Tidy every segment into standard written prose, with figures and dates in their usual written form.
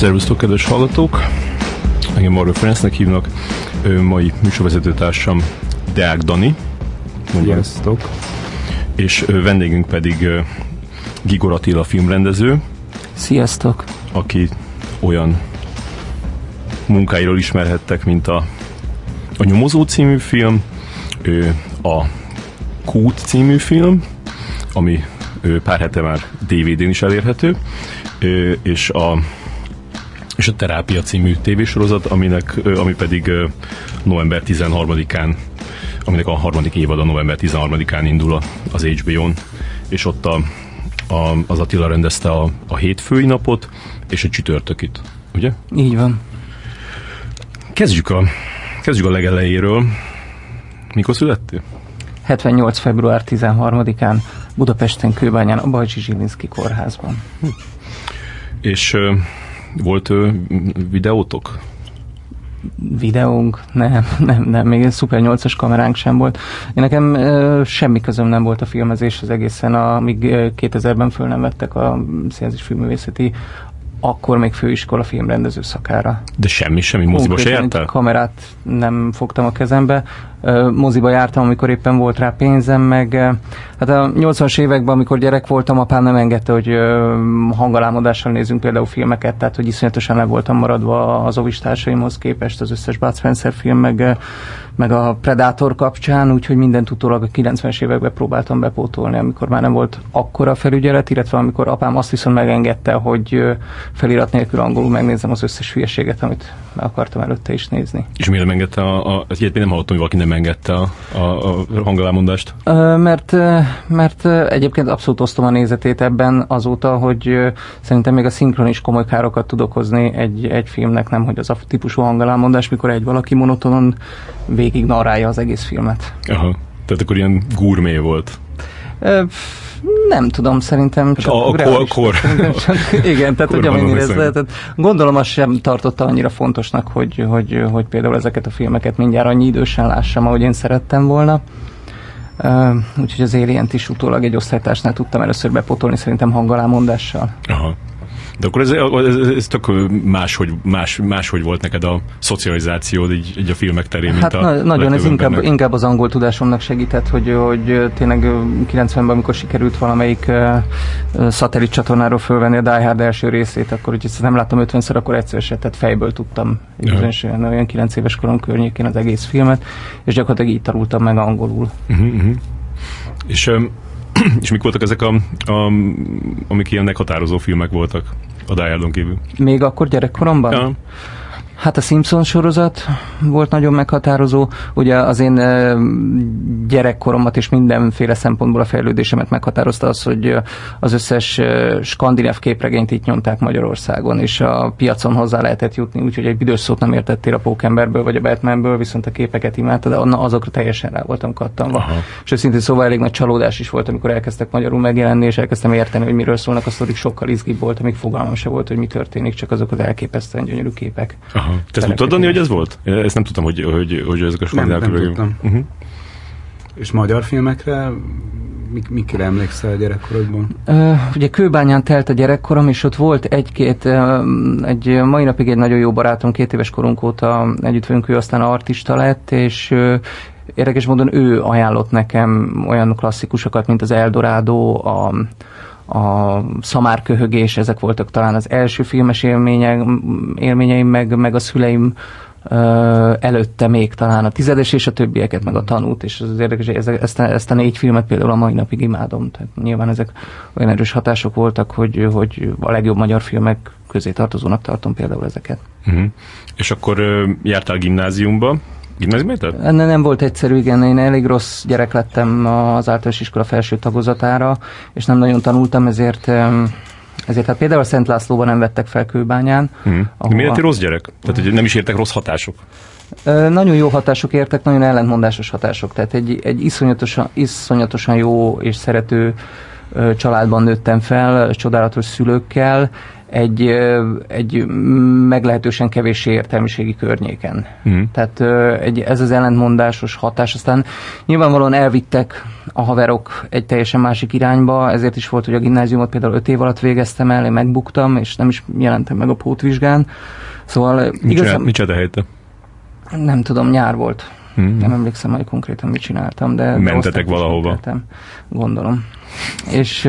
Szervusztok, kedves hallgatók! Engem Marvel Ferencnek hívnak. Mai műsorvezetőtársam Deák Dani. Sziasztok! És vendégünk pedig Gigor Attila filmrendező. Sziasztok! Aki olyan munkáiról ismerhettek, mint a Nyomozó című film, a Kút című film, ami pár hete már DVD-n is elérhető, és a Terápia című tévésorozat, ami pedig november 13-án, aminek a harmadik évada november 13-án indul az HBO-n, és ott az Attila rendezte a hétfői napot és a csütörtökit, ugye? Így van. Kezdjük a legelejéről. Mikor születtél? 78. február 13-án Budapesten, Kőbányán, a Bajcsi Zsilinszky kórházban. És volt videótok? Videónk? Nem, még egy Super 8-as kameránk sem volt. Nekem semmi közöm nem volt a filmezéshez egészen, amíg 2000-ben föl nem vettek a Színház és Filmművészeti, akkor még főiskola filmrendező szakára. De semmi moziba se jártál? Kamerát nem fogtam a kezembe. Moziba jártam, amikor éppen volt rá pénzem, meg hát a 80-as években, amikor gyerek voltam, apám nem engedte, hogy hangalámodással nézzünk például filmeket, tehát hogy iszonyatosan le voltam maradva az ovistársaimhoz képest az összes Bud Spencer film, meg a Predator kapcsán, úgyhogy mindent utólag a 90-es években próbáltam bepótolni, amikor már nem volt akkora felügyelet, illetve amikor apám azt viszont megengedte, hogy felirat nélkül angolul megnézem az összes hülyeséget, amit meg akartam előtte is nézni. És miért nem engedte nem hallottam, hogy valaki nem engedte a hangalámondást? Mert egyébként abszolút osztom a nézetét ebben azóta, hogy szerintem még a szinkron is komoly károkat tud okozni egy filmnek, nem hogy az a típusú hangalámondás, mikor egy valaki monotonon végig narrálja az egész filmet. Aha, tehát akkor ilyen gourmet volt. Nem tudom, szerintem csak igen, tehát hogy amennyire ez lehetett. Gondolom azt sem tartotta annyira fontosnak, hogy például ezeket a filmeket mindjárt annyi idősen lássam, ahogy én szerettem volna. Úgyhogy az Alient is utólag egy osztálytársnál tudtam először bepótolni szerintem hangalámondással. Aha. De akkor ez tök máshogy volt neked a szocializációd így a filmek terén, mint nagyon, ez inkább az angol tudásomnak segített, hogy tényleg 90-ben, amikor sikerült valamelyik szatellit csatornáról fölvenni a Die Hard első részét, akkor úgyhogy nem láttam 50-szer, akkor egyszer tehát fejből tudtam olyan 9 éves korom környékén az egész filmet, és gyakorlatilag így tanultam meg angolul. És mik voltak ezek amik ilyen meghatározó filmek voltak a Die Hardon kívül? Még akkor gyerekkoromban? Ja. Hát a Simpson sorozat volt nagyon meghatározó. Ugye az én gyerekkoromat és mindenféle szempontból a fejlődésemet meghatározta az, hogy az összes skandináv képregényt itt nyomták Magyarországon, és a piacon hozzá lehetett jutni, úgyhogy egy büdös szót nem értettél a Pókemberből vagy a Batmanből, viszont a képeket imádtad, de azokra teljesen rá voltam kattanva. Aha. És őszintén szóval elég nagy csalódás is volt, amikor elkezdtek magyarul megjelenni, és elkezdtem érteni, hogy miről szólnak a sztorik, sokkal izgibb volt, amíg fogalmam se volt, hogy mi történik, csak azok az elképesztően gyönyörű képek. Aha. Te ezt tudtad, Dani, hogy ez volt? Ezt nem tudtam, hogy ezek a skandináv nem tudtam. És magyar filmekre mikre emlékszel a gyerekkorodban? Ugye Kőbányán telt a gyerekkorom, és ott volt egy mai napig egy nagyon jó barátom, 2 éves korunk óta együtt vagyunk, ő aztán artista lett, és érdekes módon ő ajánlott nekem olyan klasszikusokat, mint az Eldorado, a Szamárköhögés, ezek voltak talán az első filmes élményeim, meg a szüleim előtte még talán a Tizedes és a többieket, meg a Tanút, és az érdekes, hogy ezt a 4 filmet például a mai napig imádom. Tehát nyilván ezek olyan erős hatások voltak, hogy a legjobb magyar filmek közé tartozónak tartom például ezeket. És akkor jártál gimnáziumba? Nem volt egyszerű, igen. Én elég rossz gyerek lettem az általános iskola felső tagozatára, és nem nagyon tanultam, ezért hát például a Szent Lászlóban nem vettek fel Kőbányán. Miért rossz gyerek? Tehát, hogy nem is értek rossz hatások? Nagyon jó hatások értek, nagyon ellentmondásos hatások. Tehát egy iszonyatosan jó és szerető családban nőttem fel, csodálatos szülőkkel. egy meglehetősen kevéssé értelmiségi környéken. Tehát ez az ellentmondásos hatás. Aztán nyilvánvalóan elvittek a haverok egy teljesen másik irányba, ezért is volt, hogy a gimnáziumot például 5 év alatt végeztem el, én megbuktam, és nem is jelentem meg a pótvizsgán. Szóval mit csináltál helyette? Nem tudom, nyár volt. Nem emlékszem, hogy konkrétan mit csináltam, de... Mentetek valahova? Gondolom. És...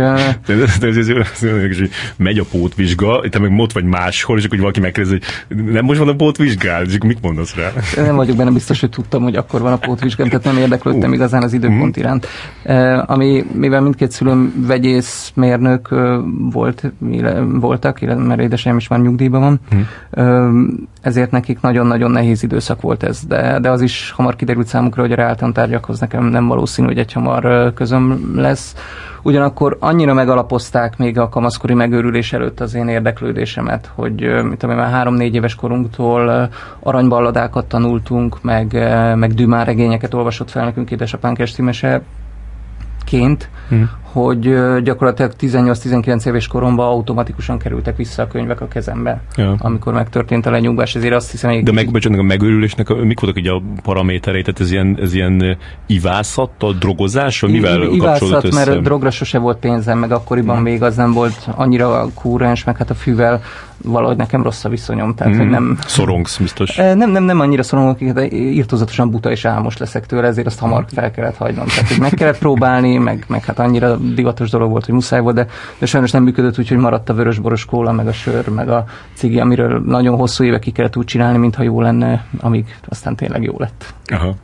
megy a pótvizsga, te meg ott vagy máshol, és akkor valaki megkérdezi, hogy nem most van a pótvizsgál, és mit mondasz rá? Nem vagyok benne biztos, hogy tudtam, hogy akkor van a pótvizsgám, tehát nem érdeklődtem igazán az időpont iránt. Mivel mindkét szülőm vegyészmérnök voltak, mert édesanyám is már nyugdíjban van, ezért nekik nagyon-nagyon nehéz időszak volt ez, de az is hamar kiderült számukra, hogy a reáltan tárgyakhoz nekem nem valószínű, hogy egyhamar közöm lesz. Ugyanakkor annyira megalapozták még a kamaszkori megőrülés előtt az én érdeklődésemet, hogy már 3-4 éves korunktól aranyballadákat tanultunk, meg Dumas regényeket olvasott fel nekünk édesapánk esti meseként, hogy gyakorlatilag 18-19 éves koromban automatikusan kerültek vissza a könyvek a kezembe, amikor megtörtént a lenyugvás, ezért azt hiszem... De a megőrülésnek mik voltak így a paraméterei? Tehát ez ilyen ivászattal, drogozással? Mivel kapcsolódott össze? Mert drogra sose volt pénzem, meg akkoriban még az nem volt annyira kúrens, meg hát a fűvel valahogy nekem rossz a viszonyom, tehát hogy nem... Szorongsz biztos. Nem annyira szorongok, de írtózatosan buta és álmos leszek tőle, ezért azt hamar fel kellett hagynom. Tehát hogy meg kellett próbálni, meg hát annyira divatos dolog volt, hogy muszáj volt, de sajnos nem működött, úgyhogy maradt a vörösboros kóla, meg a sör, meg a cigi, amiről nagyon hosszú évekig kellett úgy csinálni, mintha jó lenne, amíg aztán tényleg jó lett. Aha.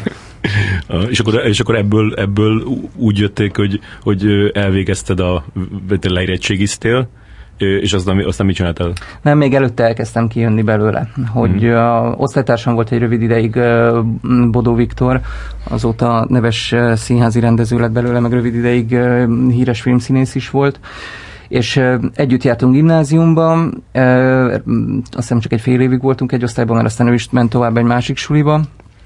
És akkor ebből úgy jötték, hogy elvégezted leérettségiztél, és aztán mit csináltál? Nem, még előtte elkezdtem kijönni belőle. Hogy osztálytársam volt egy rövid ideig Bodó Viktor, azóta neves színházi rendező lett belőle, meg rövid ideig híres filmszínész is volt. És együtt jártunk gimnáziumban, azt hiszem csak egy fél évig voltunk egy osztályban, mert aztán ő is ment tovább egy másik suliba.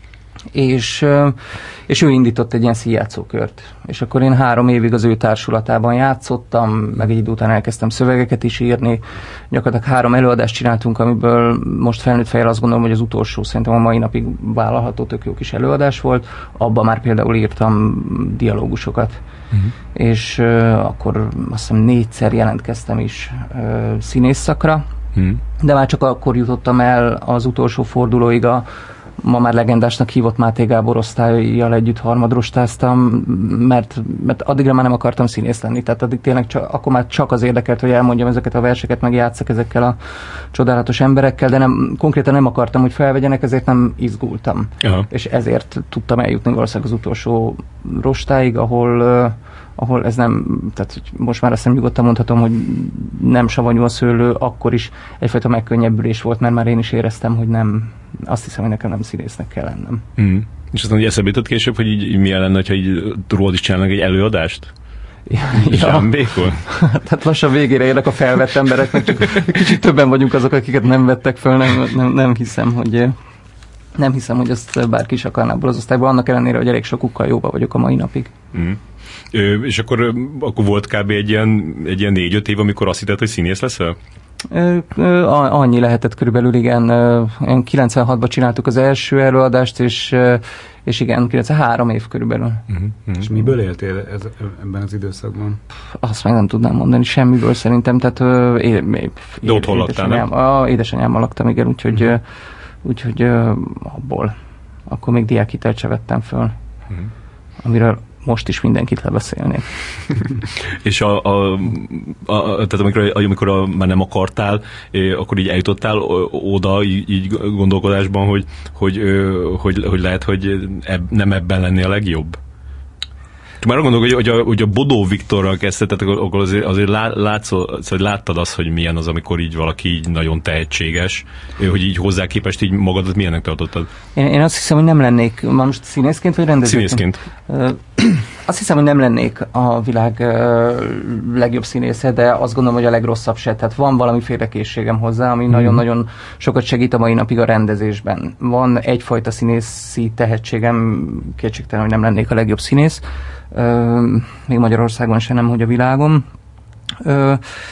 És ő indított egy ilyen színjátszókört. És akkor én 3 évig az ő társulatában játszottam, meg egy idő után elkezdtem szövegeket is írni. Gyakorlatilag 3 előadást csináltunk, amiből most felnőtt fejjel azt gondolom, hogy az utolsó szerintem a mai napig vállalható, tök jó kis előadás volt. Abban már például írtam dialógusokat. És akkor azt hiszem 4-szer jelentkeztem is színészszakra, de már csak akkor jutottam el az utolsó fordulóig a ma már legendásnak hívott Máté Gábor osztályjal együtt harmadrostáztam, mert addigra már nem akartam színész lenni, tehát addig tényleg akkor már csak az érdekelt, hogy elmondjam ezeket a verseket, meg játsszak ezekkel a csodálatos emberekkel, de konkrétan nem akartam, hogy felvegyenek, ezért nem izgultam. Aha. És ezért tudtam eljutni valószínűleg az utolsó rostáig, ahol ez nem, tehát most már azt nem nyugodtan mondhatom, hogy nem savanyú a szőlő, akkor is egyfajta megkönnyebbülés volt, mert már én is éreztem, hogy nem, azt hiszem, hogy nekem nem színésznek kell lennem. És aztán eszembe jutott később, hogy így milyen lenne, ha így rólad is csinálnak egy előadást? Zsámbékol? Tehát lassan végére érnek a felvett embereknek, csak kicsit többen vagyunk azok, akiket nem vettek föl, nem hiszem, hogy ezt bárki is akarná abból az osztályból, annak ellenére, hogy elég sokukkal jóba vagyok a mai napig. És akkor volt kb. egy ilyen 4-5 év, amikor azt hitted, hogy színész leszel? Annyi lehetett körülbelül, igen. 96-ban csináltuk az első előadást, és igen, 93 év körülbelül. És miből éltél ebben az időszakban? Azt meg nem tudnám mondani, semmiből szerintem. Tehát, de otthon laktál, nem? Édesanyámmal laktam, igen, úgyhogy abból. Akkor még diákhitelt se vettem föl. Amiről most is mindenkit lebeszélnék. És tehát amikor már nem akartál, akkor így eljutottál oda így gondolkodásban, hogy lehet, hogy nem ebben lenni a legjobb? Csak már gondolok, hogy a Bodó Viktorral kezdted, tehát akkor azért láttad azt, hogy milyen az, amikor így valaki így nagyon tehetséges, hogy így hozzá képest így magadat milyennek tartottad? Én azt hiszem, hogy nem lennék, most színészként vagy rendezőként? Színészként. Azt hiszem, hogy nem lennék a világ legjobb színésze, de azt gondolom, hogy a legrosszabb se. Tehát van valamiféle készségem hozzá, ami nagyon-nagyon sokat segít a mai napig a rendezésben. Van egyfajta színészi tehetségem, kétségtelen, hogy nem lennék a legjobb színész. Még Magyarországon se, nem, hogy a világon.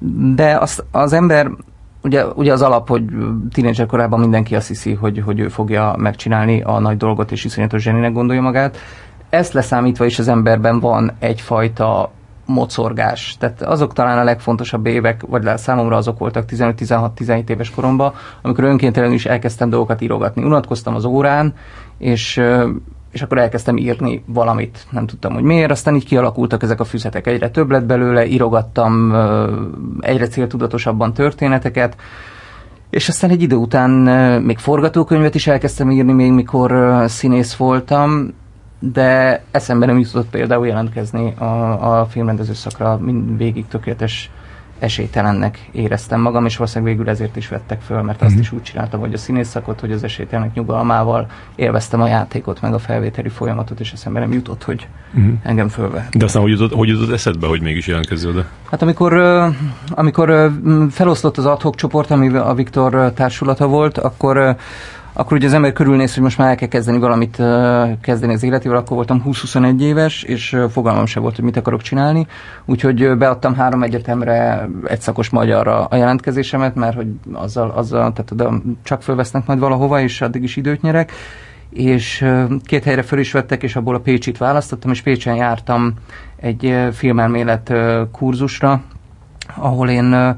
De az ember, ugye az alap, hogy tínédzser korában mindenki azt hiszi, hogy ő fogja megcsinálni a nagy dolgot, és iszonyatos zseninek gondolja magát. Ezt leszámítva is az emberben van egyfajta mocorgás. Tehát azok talán a legfontosabb évek, vagy számomra azok voltak 15-16-17 éves koromban, amikor önkéntelenül is elkezdtem dolgokat írogatni. Unatkoztam az órán, és akkor elkezdtem írni valamit. Nem tudtam, hogy miért, aztán így kialakultak ezek a füzetek. Egyre több lett belőle, írogattam egyre céltudatosabban történeteket, és aztán egy idő után még forgatókönyvet is elkezdtem írni, még mikor színész voltam, de eszembe nem jutott például jelentkezni a filmrendező szakra, végig tökéletes esélytelennek éreztem magam, és valószínűleg végül ezért is vettek föl, mert azt is úgy csináltam, hogy a színész szakot, hogy az esélytelenek nyugalmával élveztem a játékot, meg a felvételi folyamatot, és eszembe nem jutott, hogy engem fölvehet. De aztán hogy jutott eszedbe, hogy mégis jelentkezzél oda? Hát amikor feloszlott az ad hoc csoport, ami a Viktor társulata volt, akkor ugye az ember körülnéz, hogy most már el kell kezdeni valamit kezdeni az életével, akkor voltam 20-21 éves, és fogalmam sem volt, hogy mit akarok csinálni, úgyhogy beadtam 3 egyetemre egyszakos magyarra a jelentkezésemet, mert hogy azzal tehát oda csak fölvesznek majd valahova, és addig is időt nyerek, és 2 helyre föl is vettek, és abból a Pécsit választottam, és Pécsen jártam egy filmelmélet kurzusra, ahol én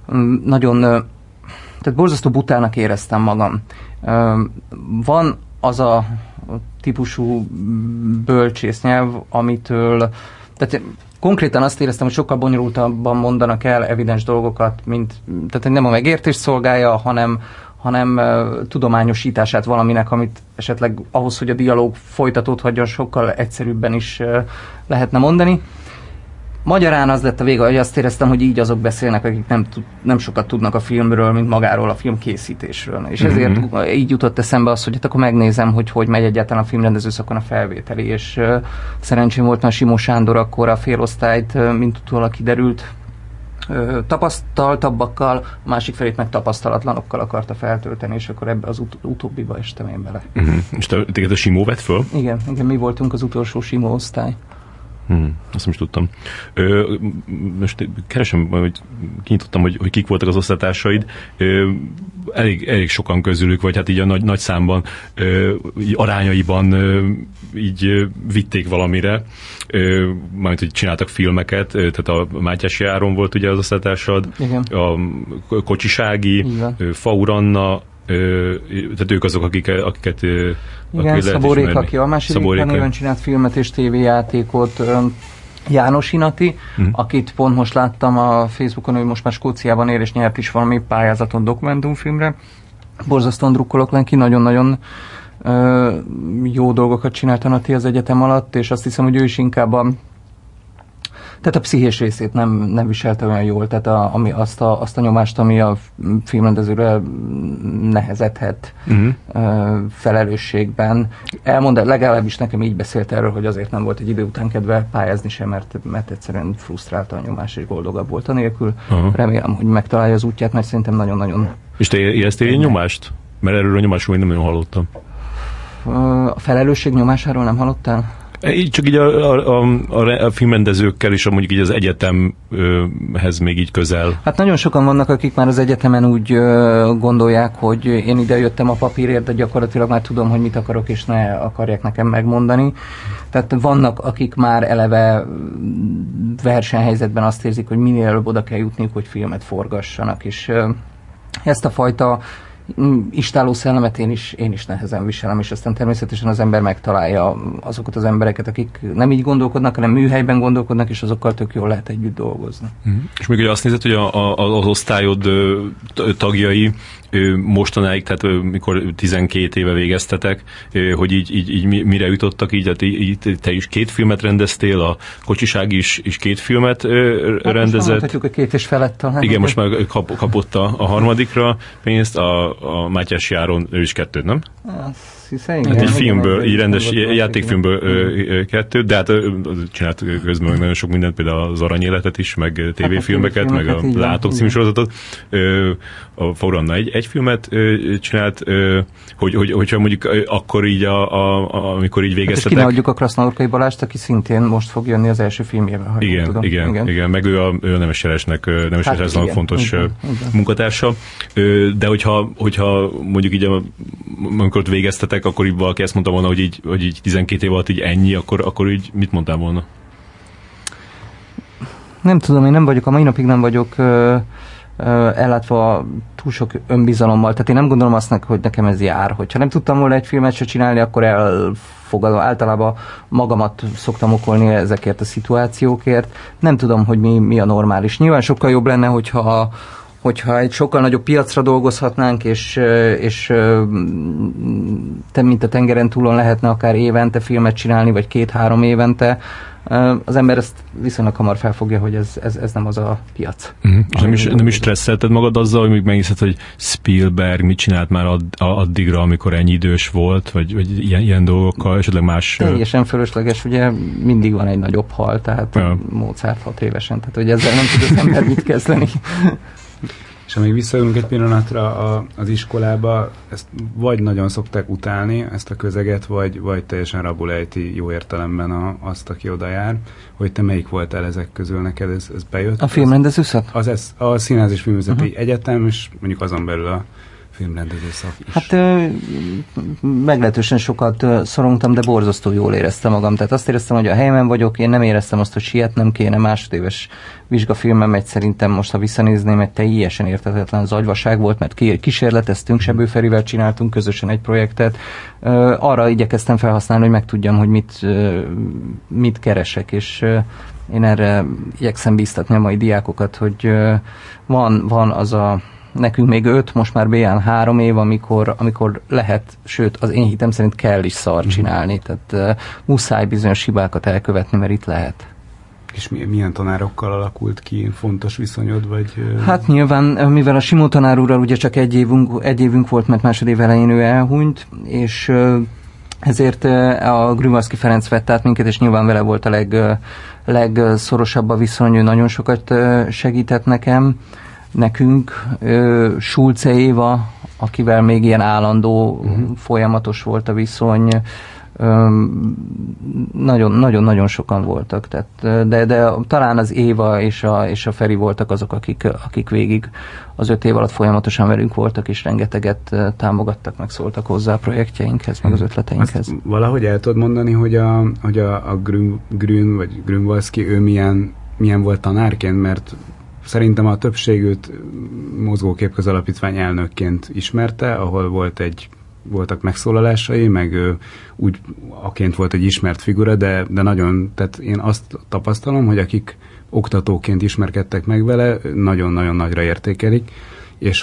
tehát borzasztó butának éreztem magam. Van az a típusú bölcsésznyelv, amitől... Tehát konkrétan azt éreztem, hogy sokkal bonyolultabban mondanak el evidens dolgokat, tehát nem a megértést szolgálja, hanem tudományosítását valaminek, amit esetleg ahhoz, hogy a dialóg folytatódhatjon, sokkal egyszerűbben is lehetne mondani. Magyarán az lett a vége, hogy azt éreztem, hogy így azok beszélnek, akik nem sokat tudnak a filmről, mint magáról, a film készítésről. És ezért így jutott eszembe az, hogy hát akkor megnézem, hogy megy egyáltalán a filmrendező szakon a felvételi. És szerencsém volt, mert Simó Sándor akkor a félosztályt, mint utólag kiderült, tapasztaltabbakkal, a másik felét meg tapasztalatlanokkal akarta feltölteni, és akkor ebbe az utóbbiba estem én bele. És téged a Simó vett föl? Igen, mi voltunk az utolsó Simó osztály. Azt nem is tudtam. Most keresem, hogy kinyitottam, hogy kik voltak az osztálytársaid. Elég sokan közülük, vagy hát így a nagy számban, így arányaiban így vitték valamire. Mármint, hogy csináltak filmeket, tehát a Mátyási Áron volt ugye az osztálytársad, igen. A Kocsisági, Faur Anna, tehát ők azok, akiket igen, Szabó Réka, aki a második néven csinált filmet és tévéjátékot, János Inati, akit pont most láttam a Facebookon, hogy most már Skóciában él, és nyert is valami pályázaton dokumentumfilmre. Borzasztóan drukkolok neki, nagyon-nagyon jó dolgokat csinált a Nati az egyetem alatt, és azt hiszem, hogy ő is inkább tehát a pszichés részét nem viselte olyan jól, tehát azt a nyomást, ami a filmrendezőre nehezedhet felelősségben. Legalábbis nekem így beszélt erről, hogy azért nem volt egy idő után kedve pályázni sem, mert egyszerűen frusztrálta a nyomás, és boldogabb volt anélkül. Remélem, hogy megtalálja az útját, mert szerintem nagyon-nagyon... És te éreztél ilyen nyomást? Mert erről a nyomásról én nem nagyon hallottam. A felelősség nyomásáról nem hallottál? Csak így a filmrendezőkkel is mondjuk így az egyetemhez még így közel. Hát nagyon sokan vannak, akik már az egyetemen úgy gondolják, hogy én ide jöttem a papírért, de gyakorlatilag már tudom, hogy mit akarok, és ne akarják nekem megmondani. Tehát vannak, akik már eleve versenyhelyzetben azt érzik, hogy minél előbb oda kell jutniuk, hogy filmet forgassanak, és ezt a fajta istáló szellemet én is nehezen viselem, és aztán természetesen az ember megtalálja azokat az embereket, akik nem így gondolkodnak, hanem műhelyben gondolkodnak, és azokkal tök jól lehet együtt dolgozni. És még ugye azt nézed, hogy az osztályod tagjai mostanáig, tehát mikor 12 éve végeztetek, hogy így mire jutottak, így te is 2 filmet rendeztél, a Kocsiság is 2 filmet rendezett. Most mondhatjuk, hogy 2 és felett talán. Igen, most már kapott a harmadikra pénzt, a Mátyási Áron, ő is 2, nem? hiszem. Hát egy filmből, egy rendes játékfilmből 2, de hát csinált közben meg nagyon sok mindent, például az Aranyéletet is, meg tévéfilmeket, meg a Látok című sorozatot. A Fauranna egy filmet csinált, hogyha mondjuk akkor így, amikor így végeztetek. Hát és kineadjuk a Krasznaorkai Balást, aki szintén most fog jönni az első filmjében. Igen, meg ő a Nemes Jelesnek fontos munkatársa. De hogyha mondjuk így, amikor ott végeztetek, akkor így valaki ezt mondta volna, hogy így 12 év alatt így ennyi, akkor így mit mondtál volna? Nem tudom, én nem vagyok, a mai napig nem vagyok ellátva túl sok önbizalommal, tehát én nem gondolom azt, hogy nekem ez jár. Hogyha nem tudtam volna egy filmet se csinálni, akkor elfogadom. Általában magamat szoktam okolni ezekért a szituációkért. Nem tudom, hogy mi a normális. Nyilván sokkal jobb lenne, hogyha egy sokkal nagyobb piacra dolgozhatnánk, és mint a tengeren túlon lehetne akár évente filmet csinálni, vagy 2-3 évente. Az ember ezt viszonylag hamar felfogja, hogy ez nem az a piac. És nem is stresszelted magad azzal, hogy még megnézted, hogy Spielberg mit csinált már addigra, amikor ennyi idős volt, vagy ilyen dolgokkal, esetleg más... Teljesen fölösleges, ugye mindig van egy nagyobb hal, tehát Mozart 6 évesen, tehát hogy ezzel nem tud az ember mit kezdeni. És amíg visszajövünk egy pillanatra az iskolába, ezt vagy nagyon szokták utálni, ezt a közeget, vagy teljesen rabul ejti jó értelemben azt, aki oda jár. Hogy te melyik voltál ezek közül, neked ez bejött? A filmrendező szak? A Színház és Filmvészeti Egyetem, és mondjuk azon belül a filmrendező szak is. Hát meglehetősen sokat szorongtam, de borzasztó jól éreztem magam. Tehát azt éreztem, hogy a helyemen vagyok, én nem éreztem azt, hogy sietnem kéne. Másodéves vizsgafilmem egy szerintem most, ha visszanézném, egy teljesen érthetetlen zagyvaság volt, mert kísérleteztünk, Sebő Ferivel csináltunk közösen egy projektet. Arra igyekeztem felhasználni, hogy megtudjam, hogy mit keresek, és én erre igyekszem bíztatni a mai diákokat, hogy van az a nekünk még 5, most már BN 3 év, amikor lehet, sőt, az én hitem szerint kell is szar csinálni, tehát muszáj bizonyos hibákat elkövetni, mert itt lehet. És milyen tanárokkal alakult ki fontos viszonyod, vagy... Hát nyilván, mivel a Simó tanár úrral ugye csak egy évünk volt, mert másodév elején ő elhunyt, és ezért a Grünwaldzki Ferenc vett át minket, és nyilván vele volt a legszorosabb a viszony, ő nagyon sokat segített nekünk, Schulze Éva, akivel még ilyen állandó, folyamatos volt a viszony, nagyon sokan voltak, tehát, de talán az Éva és a Feri voltak azok, akik végig az 5 év alatt folyamatosan velünk voltak, és rengeteget támogattak, meg szóltak hozzá a projektjeinkhez, meg az ötleteinkhez. Azt valahogy el tudod mondani, hogy a Grün vagy Grünwaldzki, ő milyen volt tanárként, mert szerintem a többség őt Mozgóképközalapítvány elnökként ismerte, ahol voltak megszólalásai, meg úgy aként volt egy ismert figura, de nagyon, tehát én azt tapasztalom, hogy akik oktatóként ismerkedtek meg vele, nagyon-nagyon nagyra értékelik, és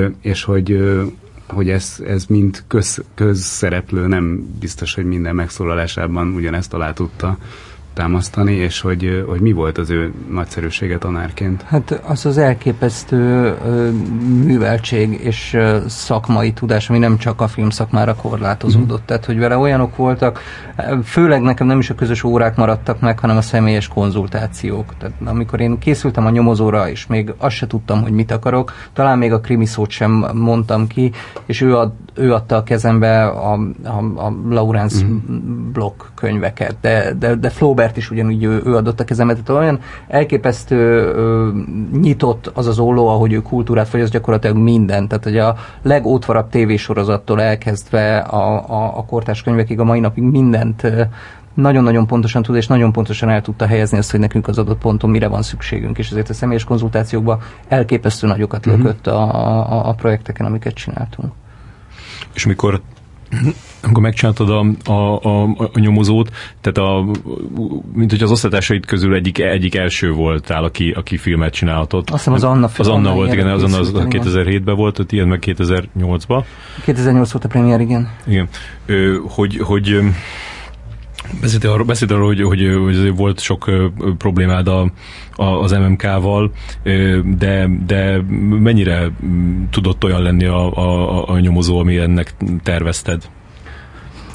hogy ez mint közszereplő nem biztos, hogy minden megszólalásában ugyanezt alá tudta támasztani, és hogy mi volt az ő nagyszerűsége tanárként? Hát az elképesztő műveltség és szakmai tudás, ami nem csak a filmszakmára korlátozódott. Tehát, hogy vele olyanok voltak, főleg nekem nem is a közös órák maradtak meg, hanem a személyes konzultációk. Tehát amikor én készültem a nyomozóra, és még azt se tudtam, hogy mit akarok, talán még a krimi szót sem mondtam ki, és ő adta a kezembe a Laurence blokk könyveket, de Flaubert is ugyanúgy ő adott a kezembe, tehát olyan elképesztő nyitott az az olló, ahogy ő kultúrát fogyaszt, gyakorlatilag minden, tehát hogy a legótvarabb tévésorozattól elkezdve a kortárs könyvekig a mai napig mindent nagyon-nagyon pontosan tud, és nagyon pontosan el tudta helyezni azt, hogy nekünk az adott ponton mire van szükségünk, és ezért a személyes konzultációkban elképesztő nagyokat lökött a projekteken, amiket csináltunk. És amikor megcsináltad a nyomozót, tehát mint hogy az osztálytársaid közül egyik első voltál, aki filmet csinálhatott. Azt hiszem az Anna film. Az Anna volt, igen, az Anna az 2007-ben volt, a tiéd meg 2008-ban. 2008 volt a premier, igen. Igen. Hogy beszélt arról, hogy volt sok problémád az MMK-val, de mennyire tudott olyan lenni a nyomozó, ami ennek tervezted?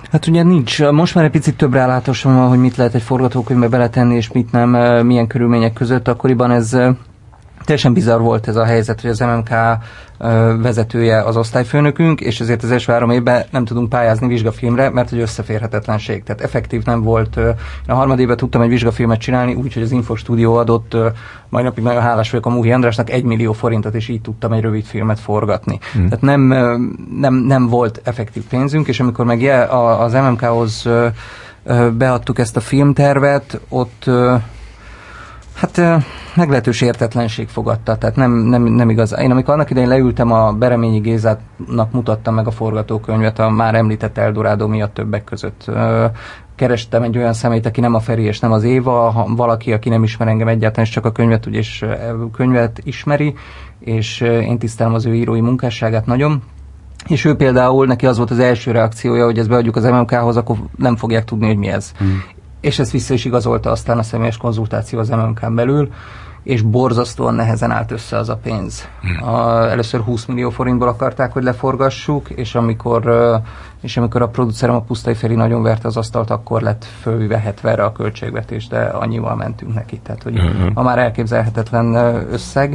Hát ugye nincs, most már egy picit több rálátásom van, hogy mit lehet egy forgatókönyvbe beletenni, és mit nem, milyen körülmények között. Akkoriban ez teljesen bizarr volt ez a helyzet, hogy az MMK vezetője az osztályfőnökünk, és ezért az első 3 évben nem tudunk pályázni vizsgafilmre, mert hogy összeférhetetlenség. Tehát effektív nem volt. A harmadévben tudtam egy vizsgafilmet csinálni, úgyhogy az Infostúdió adott, mai napig nagyon hálás vagyok a Muhi Andrásnak, 1 millió forintot, és így tudtam egy rövid filmet forgatni. Tehát nem volt effektív pénzünk, és amikor meg az MMK-hoz beadtuk ezt a filmtervet, ott hát meglehetős értetlenség fogadta, tehát nem igaz. Én amikor annak idején leültem, a Bereményi Gézának mutattam meg a forgatókönyvet, a már említett Eldorádó miatt többek között. Kerestem egy olyan személyt, aki nem a Feri és nem az Éva, valaki, aki nem ismer engem egyáltalán, és csak a könyvet, és könyvet ismeri, és én tisztelem az ő írói munkásságát nagyon. És ő például, neki az volt az első reakciója, hogy ezt beadjuk az MMK-hoz, akkor nem fogják tudni, hogy mi ez. És ezt vissza is igazolta aztán a személyes konzultáció az MMK-n belül, és borzasztóan nehezen állt össze az a pénz. Először 20 millió forintból akarták, hogy leforgassuk, és amikor a producerem, a Pusztai Feri nagyon verte az asztalt, akkor lett fölvive 70-re a költségvetés, de annyival mentünk neki. Tehát, hogy a már elképzelhetetlen összeg.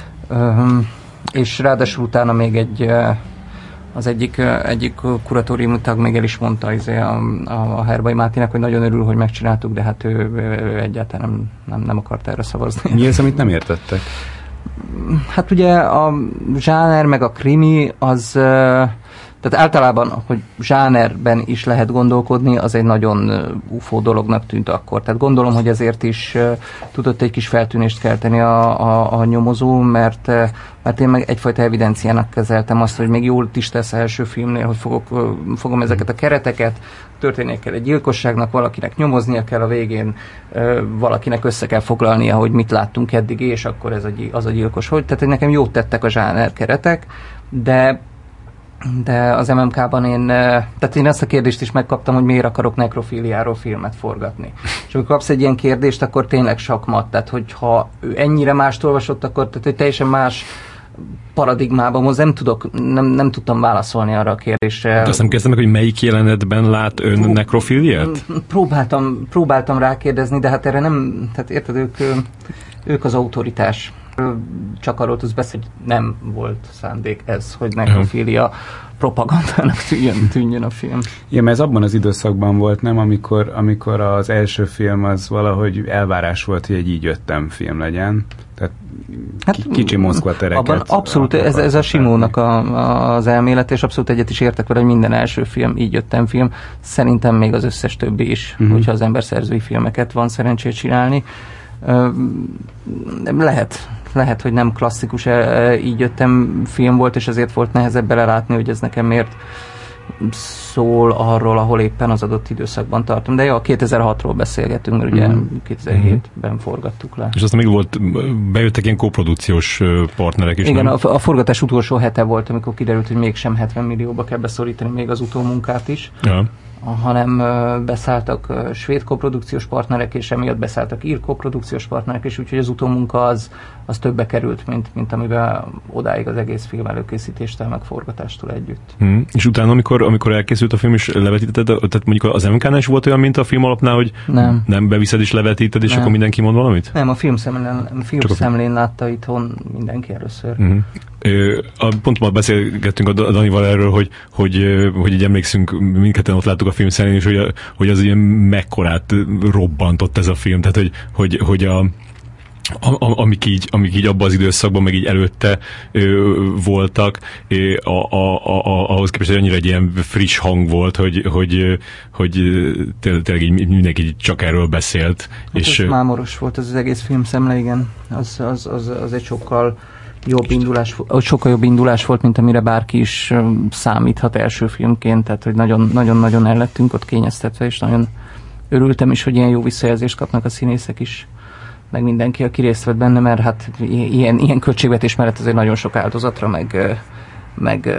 És ráadásul utána még az egyik kuratóriumi tag még el is mondta a Herbai Mátének, hogy nagyon örül, hogy megcsináltuk, de hát ő egyáltalán nem akart erre szavazni. Mi az, amit nem értettek? Hát ugye a zsáner meg a krimi az... Tehát általában, hogy zsánerben is lehet gondolkodni, az egy nagyon ufó dolognak tűnt akkor. Tehát gondolom, hogy ezért is tudott egy kis feltűnést kelteni a nyomozó, mert én meg egyfajta evidenciának kezeltem azt, hogy még jól is tesz első filmnél, hogy fogom ezeket a kereteket, történnie kell egy gyilkosságnak, valakinek nyomoznia kell a végén, valakinek össze kell foglalnia, hogy mit láttunk eddig, és akkor ez az a gyilkos. Tehát nekem jót tettek a zsáner keretek, de az MMK-ban én azt a kérdést is megkaptam, hogy miért akarok nekrofíliáról filmet forgatni. És amikor kapsz egy ilyen kérdést, akkor tényleg sakmat. Tehát, hogyha ő ennyire mást olvasott, akkor tehát, hogy teljesen más paradigmában, most nem tudtam válaszolni arra a kérdésre. De azt nem kezdtem meg, hogy melyik jelenetben lát ön nekrofíliát? Próbáltam rákérdezni, de hát erre nem, tehát érted, ők az autoritás. Csak arról tudsz beszélni, hogy nem volt szándék ez, hogy nekrofília propagandának tűnjön a film. Igen, mert ez abban az időszakban volt, nem? Amikor az első film az valahogy elvárás volt, hogy egy Így jöttem film legyen. Tehát kicsi Moszkva tereket. Abszolút, ez a Simónak az elmélet, és abszolút egyet is értek vele, hogy minden első film Így jöttem film. Szerintem még az összes többi is, hogyha az ember szerzői filmeket van szerencsét csinálni. Lehet, hogy nem klasszikus Így jöttem film volt, és ezért volt nehezebb belelátni, hogy ez nekem miért szól arról, ahol éppen az adott időszakban tartom. De a 2006-ról beszélgetünk, mert ugye 2007-ben forgattuk le. És aztán még bejöttek ilyen koprodukciós partnerek is, igen, nem? A forgatás utolsó hete volt, amikor kiderült, hogy mégsem 70 millióba kell beszorítani még az utómunkát is. Ja. Hanem beszálltak svéd koprodukciós partnerek, és emiatt beszálltak ír koprodukciós partnerek, és úgyhogy az utómunka az többe került, mint amiben odáig az egész film előkészítéstől, meg forgatástól együtt. És utána, amikor elkészült a film, és levetítetted, tehát mondjuk az MMK-nál is volt olyan, mint a film alapnál, hogy nem beviszed és levetíted, és akkor mindenki mond valamit? Nem, a filmszemlén látta itthon mindenki először. Pont már beszélgettünk a Danival erről, hogy így emlékszünk, mindketten ott láttuk a filmszemlén, és hogy az ilyen mekkorát robbantott ez a film, tehát hogy amik így abban az időszakban, meg így előtte voltak, ahhoz képest, hogy annyira egy ilyen friss hang volt, hogy tényleg így mindenki csak erről beszélt. Hát és mámoros volt az egész filmszemle, igen. Az egy sokkal jobb indulás volt, mint amire bárki is számíthat első filmként, tehát hogy nagyon-nagyon el lettünk ott kényeztetve, és nagyon örültem is, hogy ilyen jó visszajelzést kapnak a színészek is, meg mindenki, aki részt vett benne, mert hát ilyen költségvetés mellett azért nagyon sok áldozatra, meg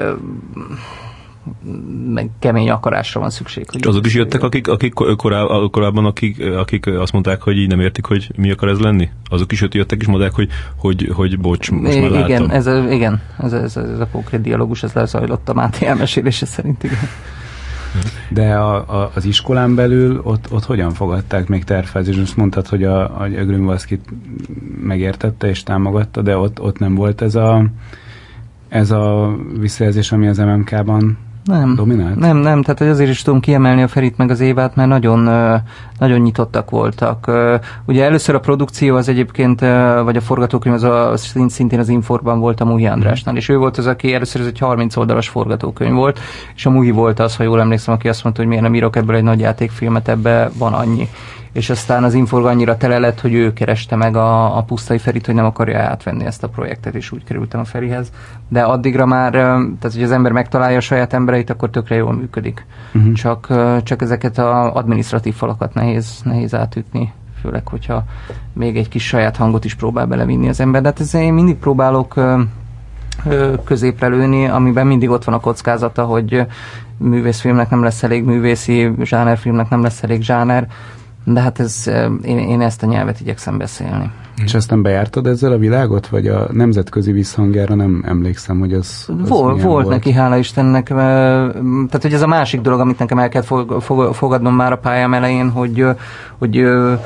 kemény akarásra van szükség. És azok is jöttek, akik korábban, akik azt mondták, hogy így nem értik, hogy mi akar ez lenni? Azok is jöttek és mondták, hogy bocs, most már láttam. Ez a konkrét dialógus, ez lezajlott a Máté elmesélése szerint, igen. De az iskolán belül ott hogyan fogadták még tervfázis? Most mondtad, hogy a Grünwaldzkit megértette és támogatta, de ott nem volt ez a visszajelzés, ami az MMK-ban dominált? Nem, tehát hogy azért is tudom kiemelni a Ferit meg az Évát, mert nagyon nyitottak voltak. Ugye először a produkció az egyébként, vagy a forgatókönyv az szintén az Inforban volt a Muhi Andrásnál, és ő volt az, aki először ez egy 30 oldalas forgatókönyv volt, és a Muhi volt az, ha jól emlékszem, aki azt mondta, hogy miért nem írok ebből egy nagy játékfilmet, ebbe van annyi. És aztán az Inforg annyira tele lett, hogy ő kereste meg a Pusztai Ferit, hogy nem akarja átvenni ezt a projektet, és úgy kerültem a Ferihez. De addigra már, tehát hogy az ember megtalálja a saját embereit, akkor tökre jól működik. Csak ezeket az adminisztratív falakat nehéz átütni, főleg, hogyha még egy kis saját hangot is próbál belevinni az ember. De hát én mindig próbálok középre lőni, amiben mindig ott van a kockázata, hogy művészfilmnek nem lesz elég művészi, zsánerfilmnek nem lesz elég zsáner. De hát én ezt a nyelvet igyekszem beszélni. És aztán bejártad ezzel a világot, vagy a nemzetközi visszhangjára nem emlékszem, hogy az volt neki, hála Istennek. Tehát, hogy ez a másik dolog, amit nekem el kell fogadnom már a pályám elején, hogy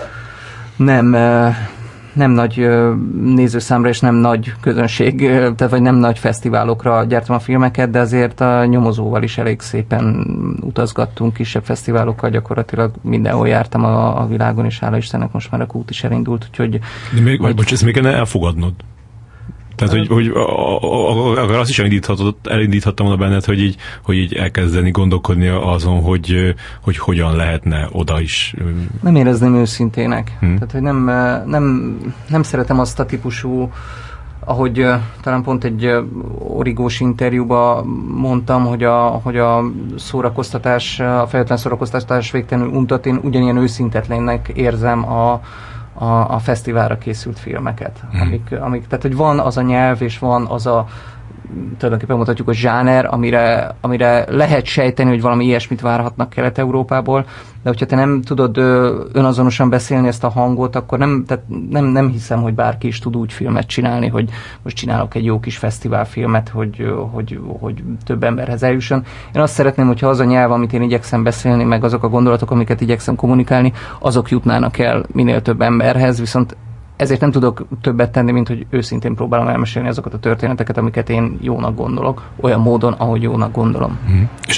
nem nagy nézőszámra és nem nagy közönség, tehát vagy nem nagy fesztiválokra gyártom a filmeket, de azért a nyomozóval is elég szépen utazgattunk, kisebb fesztiválokkal, gyakorlatilag mindenhol jártam a világon, és hála Istennek most már a kút is elindult, úgyhogy... De ezt még kellene elfogadnod. Tehát, hogy akár azt is elindíthattam volna benned, hogy így elkezdeni gondolkodni azon, hogy hogyan lehetne oda is. Nem érezném őszintének. Tehát, hogy nem szeretem azt a típusú, ahogy talán pont egy origós interjúban mondtam, hogy a szórakoztatás, a fejetlen szórakoztatás végtelenül untat, én ugyanilyen őszintetlennek érzem a fesztiválra készült filmeket. Tehát, hogy van az a nyelv, és van az a, tulajdonképpen mondhatjuk, a zsáner, amire lehet sejteni, hogy valami ilyesmit várhatnak Kelet-Európából, de hogyha te nem tudod önazonosan beszélni ezt a hangot, akkor nem hiszem, hogy bárki is tud úgy filmet csinálni, hogy most csinálok egy jó kis fesztiválfilmet, hogy több emberhez eljusson. Én azt szeretném, hogyha az a nyelv, amit én igyekszem beszélni, meg azok a gondolatok, amiket igyekszem kommunikálni, azok jutnának el minél több emberhez, viszont ezért nem tudok többet tenni, mint hogy őszintén próbálom elmesélni azokat a történeteket, amiket én jónak gondolok, olyan módon, ahogy jónak gondolom. És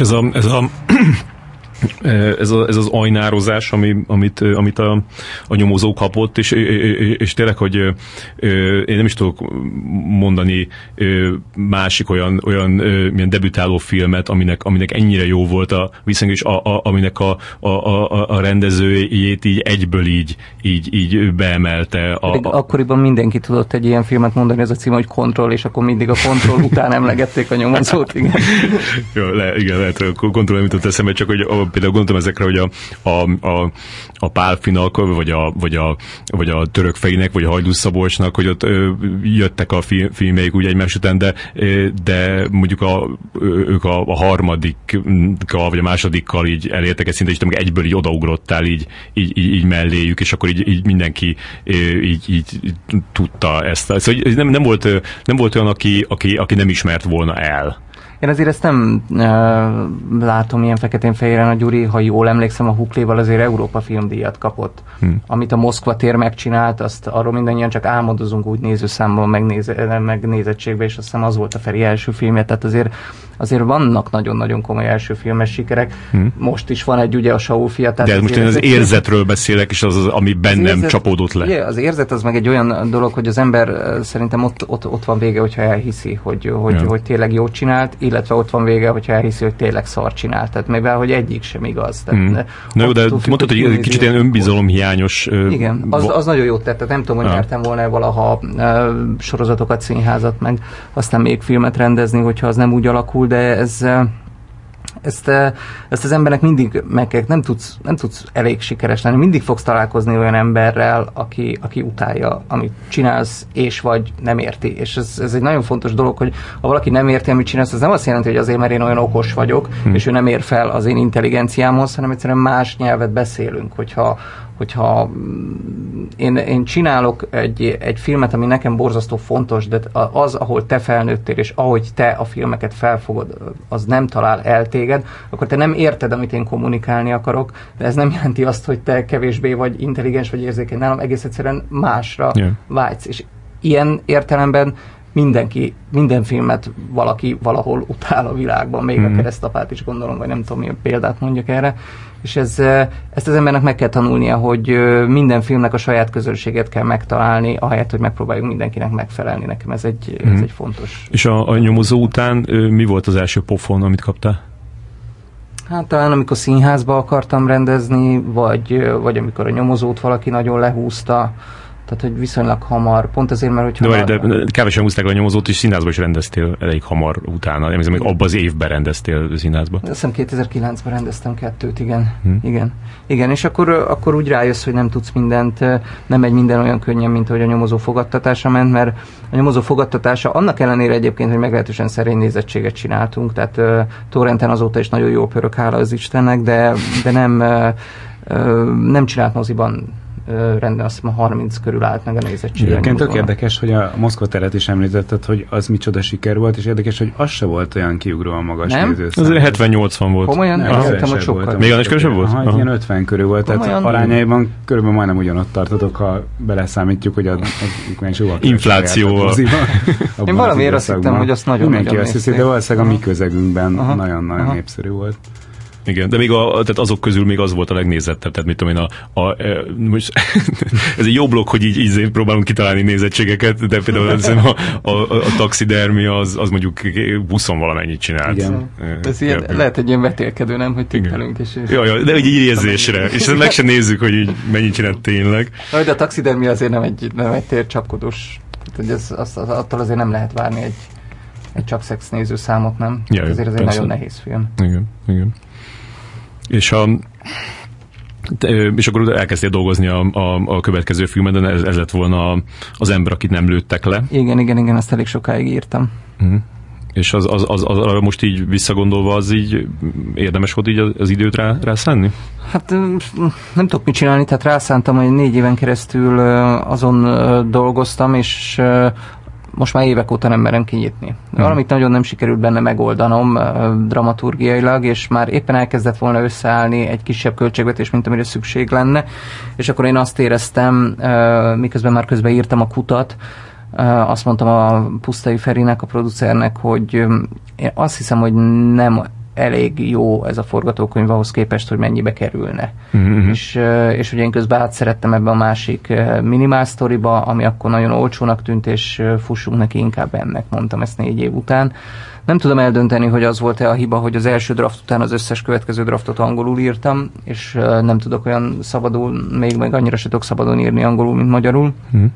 ez az ajnározás, amit a nyomozó kapott, és tényleg, hogy én nem is tudok mondani másik olyan milyen debütáló filmet, aminek ennyire jó volt a viszony, és aminek a rendezőjét így egyből így beemelte. Akkoriban mindenki tudott egy ilyen filmet mondani, ez a cím, hogy Kontroll, és akkor mindig a Kontroll után emlegették a nyomozót, igen. Jó, igen, lehet, a Kontroll nem jutott eszembe, csak hogy például gondoltam ezekre, hogy a Pálfinak, vagy a Török Ferinek, vagy a Hajdú Szabolcsnak, hogy ott jöttek a filmjeik úgy egymás után, de mondjuk ők a harmadikkal, vagy a másodikkal így elértek egy szintet, és egyből így odaugrottál így melléjük, és akkor így mindenki így tudta ezt. Szóval nem volt olyan, aki nem ismert volna el. Én azért ezt nem látom ilyen feketén-fehéren. A Gyuri, ha jól emlékszem, a Hukléval azért Európa filmdíjat kapott. Amit a Moszkva tér megcsinált, azt arról mindannyian csak álmodozunk úgy nézőszámban, meg nézettségben, és azt hiszem az volt a Feri első filmje, tehát azért vannak nagyon-nagyon komoly első filmes sikerek. Most is van egy, ugye, a Saul fia. De most én az érzetről beszélek, és az ami bennem csapódott le. Ugye, az érzet az meg egy olyan dolog, hogy az ember szerintem ott van vége, hogyha elhiszi, hogy tényleg jót csinált, illetve ott van vége, hogyha elhiszi, hogy tényleg szar csinált. Tehát mivel, hogy egyik sem igaz. Tehát, na jó, de mondtad, hogy egy kicsit ilyen önbizalomhiányos... Igen, az nagyon jót tett. Tehát nem tudom, hogy nyertem volna valaha sorozatokat, színházat, meg aztán még filmet rendezni, hogyha az nem úgy alakul, de ezt az embernek mindig nem tudsz elég sikeres lenni. Mindig fogsz találkozni olyan emberrel, aki utálja, amit csinálsz, és vagy nem érti. És ez egy nagyon fontos dolog, hogy ha valaki nem érti, amit csinálsz, az nem azt jelenti, hogy azért, mert én olyan okos vagyok, és ő nem ér fel az én intelligenciámhoz, hanem egyszerűen más nyelvet beszélünk, hogyha én csinálok egy filmet, ami nekem borzasztó fontos, de az, ahol te felnőttél, és ahogy te a filmeket felfogod, az nem talál el téged, akkor te nem érted, amit én kommunikálni akarok, de ez nem jelenti azt, hogy te kevésbé vagy intelligens, vagy érzékeny nálam, egész egyszerűen másra vágysz. És ilyen értelemben minden filmet valaki valahol utál a világban, még a Keresztapát is gondolom, vagy nem tudom, milyen példát mondjak erre. És ezt az embernek meg kell tanulnia, hogy minden filmnek a saját közönséget kell megtalálni, ahelyett, hogy megpróbáljuk mindenkinek megfelelni. Nekem ez egy fontos. És a nyomozó után mi volt az első pofon, amit kaptál? Hát talán amikor színházba akartam rendezni, vagy amikor a nyomozót valaki nagyon lehúzta, tehát, hogy viszonylag hamar, pont azért, mert hogyha... De kevesen húzták a nyomozót, és színházba is rendeztél elég hamar utána. Nem hiszem, hogy abban az évben rendeztél színházba. Azt hiszem 2009-ben rendeztem 2, igen. Igen, és akkor úgy rájössz, hogy nem tudsz mindent, nem megy minden olyan könnyen, mint ahogy a nyomozó fogadtatása ment, mert a nyomozó fogadtatása annak ellenére egyébként, hogy meglehetősen szerény nézettséget csináltunk, tehát torrenten azóta is nagyon jó pörög, hála az Istennek, de nem csinált moziban rendben, azt hiszem 30 körül állt meg a nézettség. Egyébként tök érdekes, hogy a Moszkva teret is említetted, hogy az micsoda siker volt, és érdekes, hogy az se volt olyan kiugróan magas nézőszám. Azért 70-80 volt. Komolyan? Hittem, hogy sokkal. Még annál kevesebb volt? Ilyen 50 körül volt, tehát arányaiban körülbelül majdnem ugyanott tartotok, ha beleszámítjuk, hogy a inflációval. Én valamiért azt hittem, hogy azt nagyon mindenki azt hiszi, de valószínűleg a mi közegünkben nagyon-nagyon népszerű volt. Igen, de még tehát azok közül még az volt a legnézettebb, tehát mit tudom én, most ez egy jó blokk, hogy így próbálunk kitalálni nézettségeket, de például a taxidermia az mondjuk 20 valamennyit csinált. Igen. Ez ilyen, lehet egy ilyen vetélkedő, nem, hogy tippelünk. Jaj, de így érzésre, és meg sem nézzük, hogy így mennyit csinált tényleg. De a taxidermia azért nem egy tércsapkodós, attól azért nem lehet várni egy csak szex néző számot, nem? Jaj, azért ez egy nagyon nehéz film. Igen. És akkor elkezdtél dolgozni a következő filmen, de ez lett volna az ember, akit nem lőttek le. Igen, azt elég sokáig írtam. És az most így visszagondolva, az így érdemes volt így az időt rászánni? Hát nem tudok mit csinálni, tehát rászántam, hogy 4 éven keresztül azon dolgoztam, és most már évek óta nem merem kinyitni. Valamit nagyon nem sikerült benne megoldanom dramaturgiailag, és már éppen elkezdett volna összeállni egy kisebb költségvetés, mint amire szükség lenne, és akkor én azt éreztem, miközben már közben írtam a Kutat, azt mondtam a Pusztai Ferinek, a producernek, hogy én azt hiszem, hogy nem elég jó ez a forgatókönyv ahhoz képest, hogy mennyibe kerülne. És ugye én közben átszerettem ebbe a másik minimál sztoriba, ami akkor nagyon olcsónak tűnt, és fussunk neki inkább ennek, mondtam ezt 4 év után. Nem tudom eldönteni, hogy az volt-e a hiba, hogy az első draft után az összes következő draftot angolul írtam, és nem tudok olyan szabadul, még meg annyira se tudok szabadon írni angolul, mint magyarul.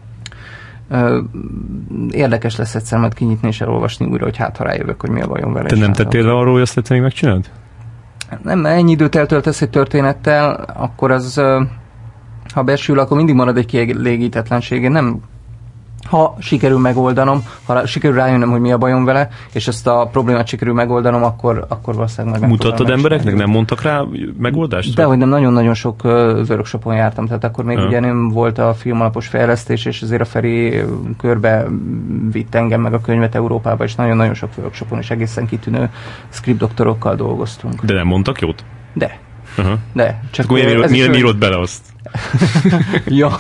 Érdekes lesz egyszer majd kinyitni és elolvasni újra, hogy hát ha rájövök, hogy mi a bajom vele. Te nem tettél le arról, hogy azt tetszeni megcsináld? Nem, ennyi időt eltöltesz egy történettel, akkor az, ha besül, akkor mindig marad egy kielégítetlenség. Nem, ha sikerül megoldanom, ha sikerül rájönnöm, hogy mi a bajom vele, és ezt a problémát sikerül megoldanom, akkor valószínűleg meg mutattad embereknek? Nem mondtak rá megoldást? Dehogy nem, nagyon-nagyon sok workshopon jártam, tehát akkor még ugye nem volt a filmalapos fejlesztés, és azért a Feri körbe vitt engem meg a könyvet Európába, és nagyon-nagyon sok workshopon, és egészen kitűnő script doktorokkal dolgoztunk. De nem mondtak jót? De. Csak akkor miért írod bele azt? Ja,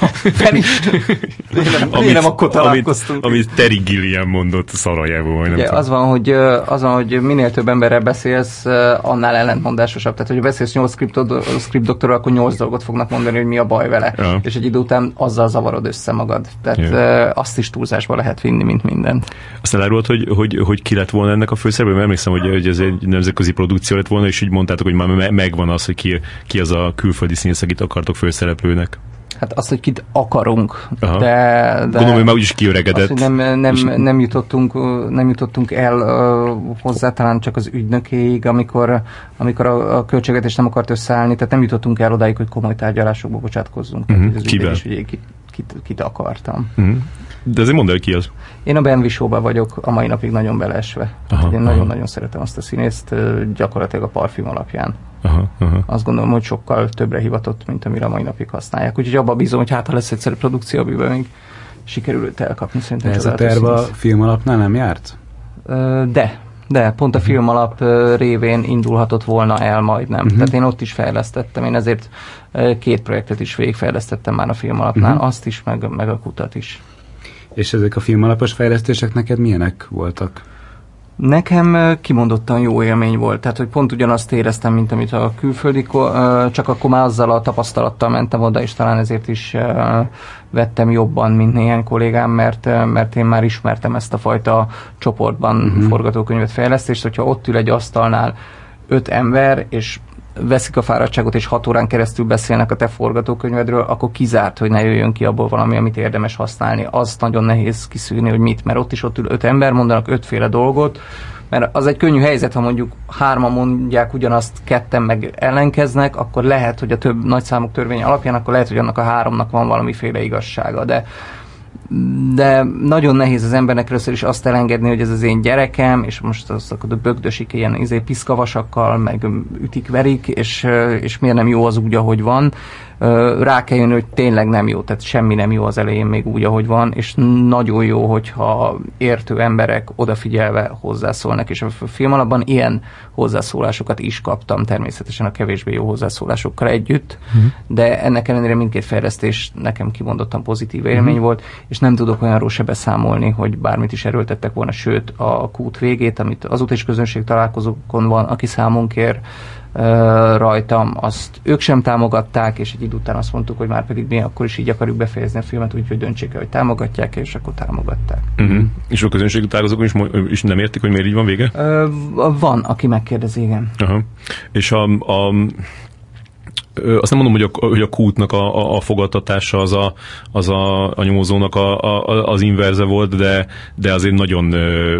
nem akkor találkoztunk. Amit Terry Gilliam mondott Szarajevóban. Ugye, az van, hogy minél több emberrel beszélsz, annál ellentmondásosabb. Tehát, hogyha beszélsz 8 script doktorral, akkor 8 dolgot fognak mondani, hogy mi a baj vele. Ja. És egy idő után azzal zavarod össze magad. Tehát azt is túlzásba lehet vinni, mint mindent. Azt elárult, hogy ki lett volna ennek a főszereplő? Mert emlékszem, hogy ez egy nemzetközi produkció lett volna, és így mondtátok, hogy már megvan az, hogy ki az a külföldi színész, akit akartok főszereplőnek. Hát azt, hogy kit akarunk, de gondolom, hogy már úgyis kiöregedett. Azt, hogy nem jutottunk el hozzá, talán csak az ügynökéig, amikor a költségvetés nem akart összeállni, tehát nem jutottunk el odáig, hogy komoly tárgyalásokba bocsátkozzunk. Kivel? kit akartam. De azért mondd el, ki az. Én a Ben Whishaw-ba vagyok a mai napig nagyon belesve. Én nagyon-nagyon szeretem azt a színészt, gyakorlatilag a parfüm alapján. Azt gondolom, hogy sokkal többre hivatott, mint amire a mai napig használják. Úgyhogy abban bízom, hogy ha lesz egyszerű produkció, amiben még sikerül őt elkapni. Szerintem ez a terv a film alapnál nem járt? De pont a film alap révén indulhatott volna el majdnem. Tehát én ott is fejlesztettem, én ezért 2 projektet is végigfejlesztettem már a film alapnál, azt is, meg a kutat is. És ezek a film alapos fejlesztések neked milyenek voltak? Nekem kimondottan jó élmény volt, tehát hogy pont ugyanazt éreztem, mint amit a külföldi, csak akkor már azzal a tapasztalattal mentem oda, és talán ezért is vettem jobban, mint néhány kollégám, mert én már ismertem ezt a fajta csoportban forgatókönyvet fejlesztést, hogyha ott ül egy asztalnál 5 ember, és veszik a fáradtságot, és 6 órán keresztül beszélnek a te forgatókönyvedről, akkor kizárt, hogy ne jöjjön ki abból valami, amit érdemes használni. Az nagyon nehéz kiszűrni, hogy mit, mert ott ül 5 ember, mondanak 5 féle dolgot, mert az egy könnyű helyzet, ha mondjuk 3-an mondják ugyanazt, 2 meg ellenkeznek, akkor lehet, hogy a több nagyszámok törvény alapján, akkor lehet, hogy annak a 3-nak van valamiféle igazsága, de nagyon nehéz az embernek először is azt elengedni, hogy ez az én gyerekem, és most az akkor bögdösik ilyen piszkavasakkal, meg ütik-verik, és miért nem jó az úgy, ahogy van. Rá kell jönni, hogy tényleg nem jó, tehát semmi nem jó az elején még úgy, ahogy van, és nagyon jó, hogyha értő emberek odafigyelve hozzászólnak, és a film alapban ilyen hozzászólásokat is kaptam, természetesen a kevésbé jó hozzászólásokkal együtt, de ennek ellenére mindkét fejlesztés nekem kimondottan pozitív élmény volt, és nem tudok olyanról se beszámolni, hogy bármit is erőltettek volna, sőt a kút végét, amit azóta is közönség találkozókon van, aki számon kér rajtam, azt ők sem támogatták, és egy idő után azt mondtuk, hogy már pedig mi akkor is így akarjuk befejezni a filmet, úgyhogy döntsék el, hogy támogatják, és akkor támogatták. És a közönségi találkozókon is nem értik, hogy miért így van vége? Van, aki megkérdezi, igen. És azt nem mondom, hogy a kútnak a fogadtatása az a nyomozónak az inverze volt, de azért nagyon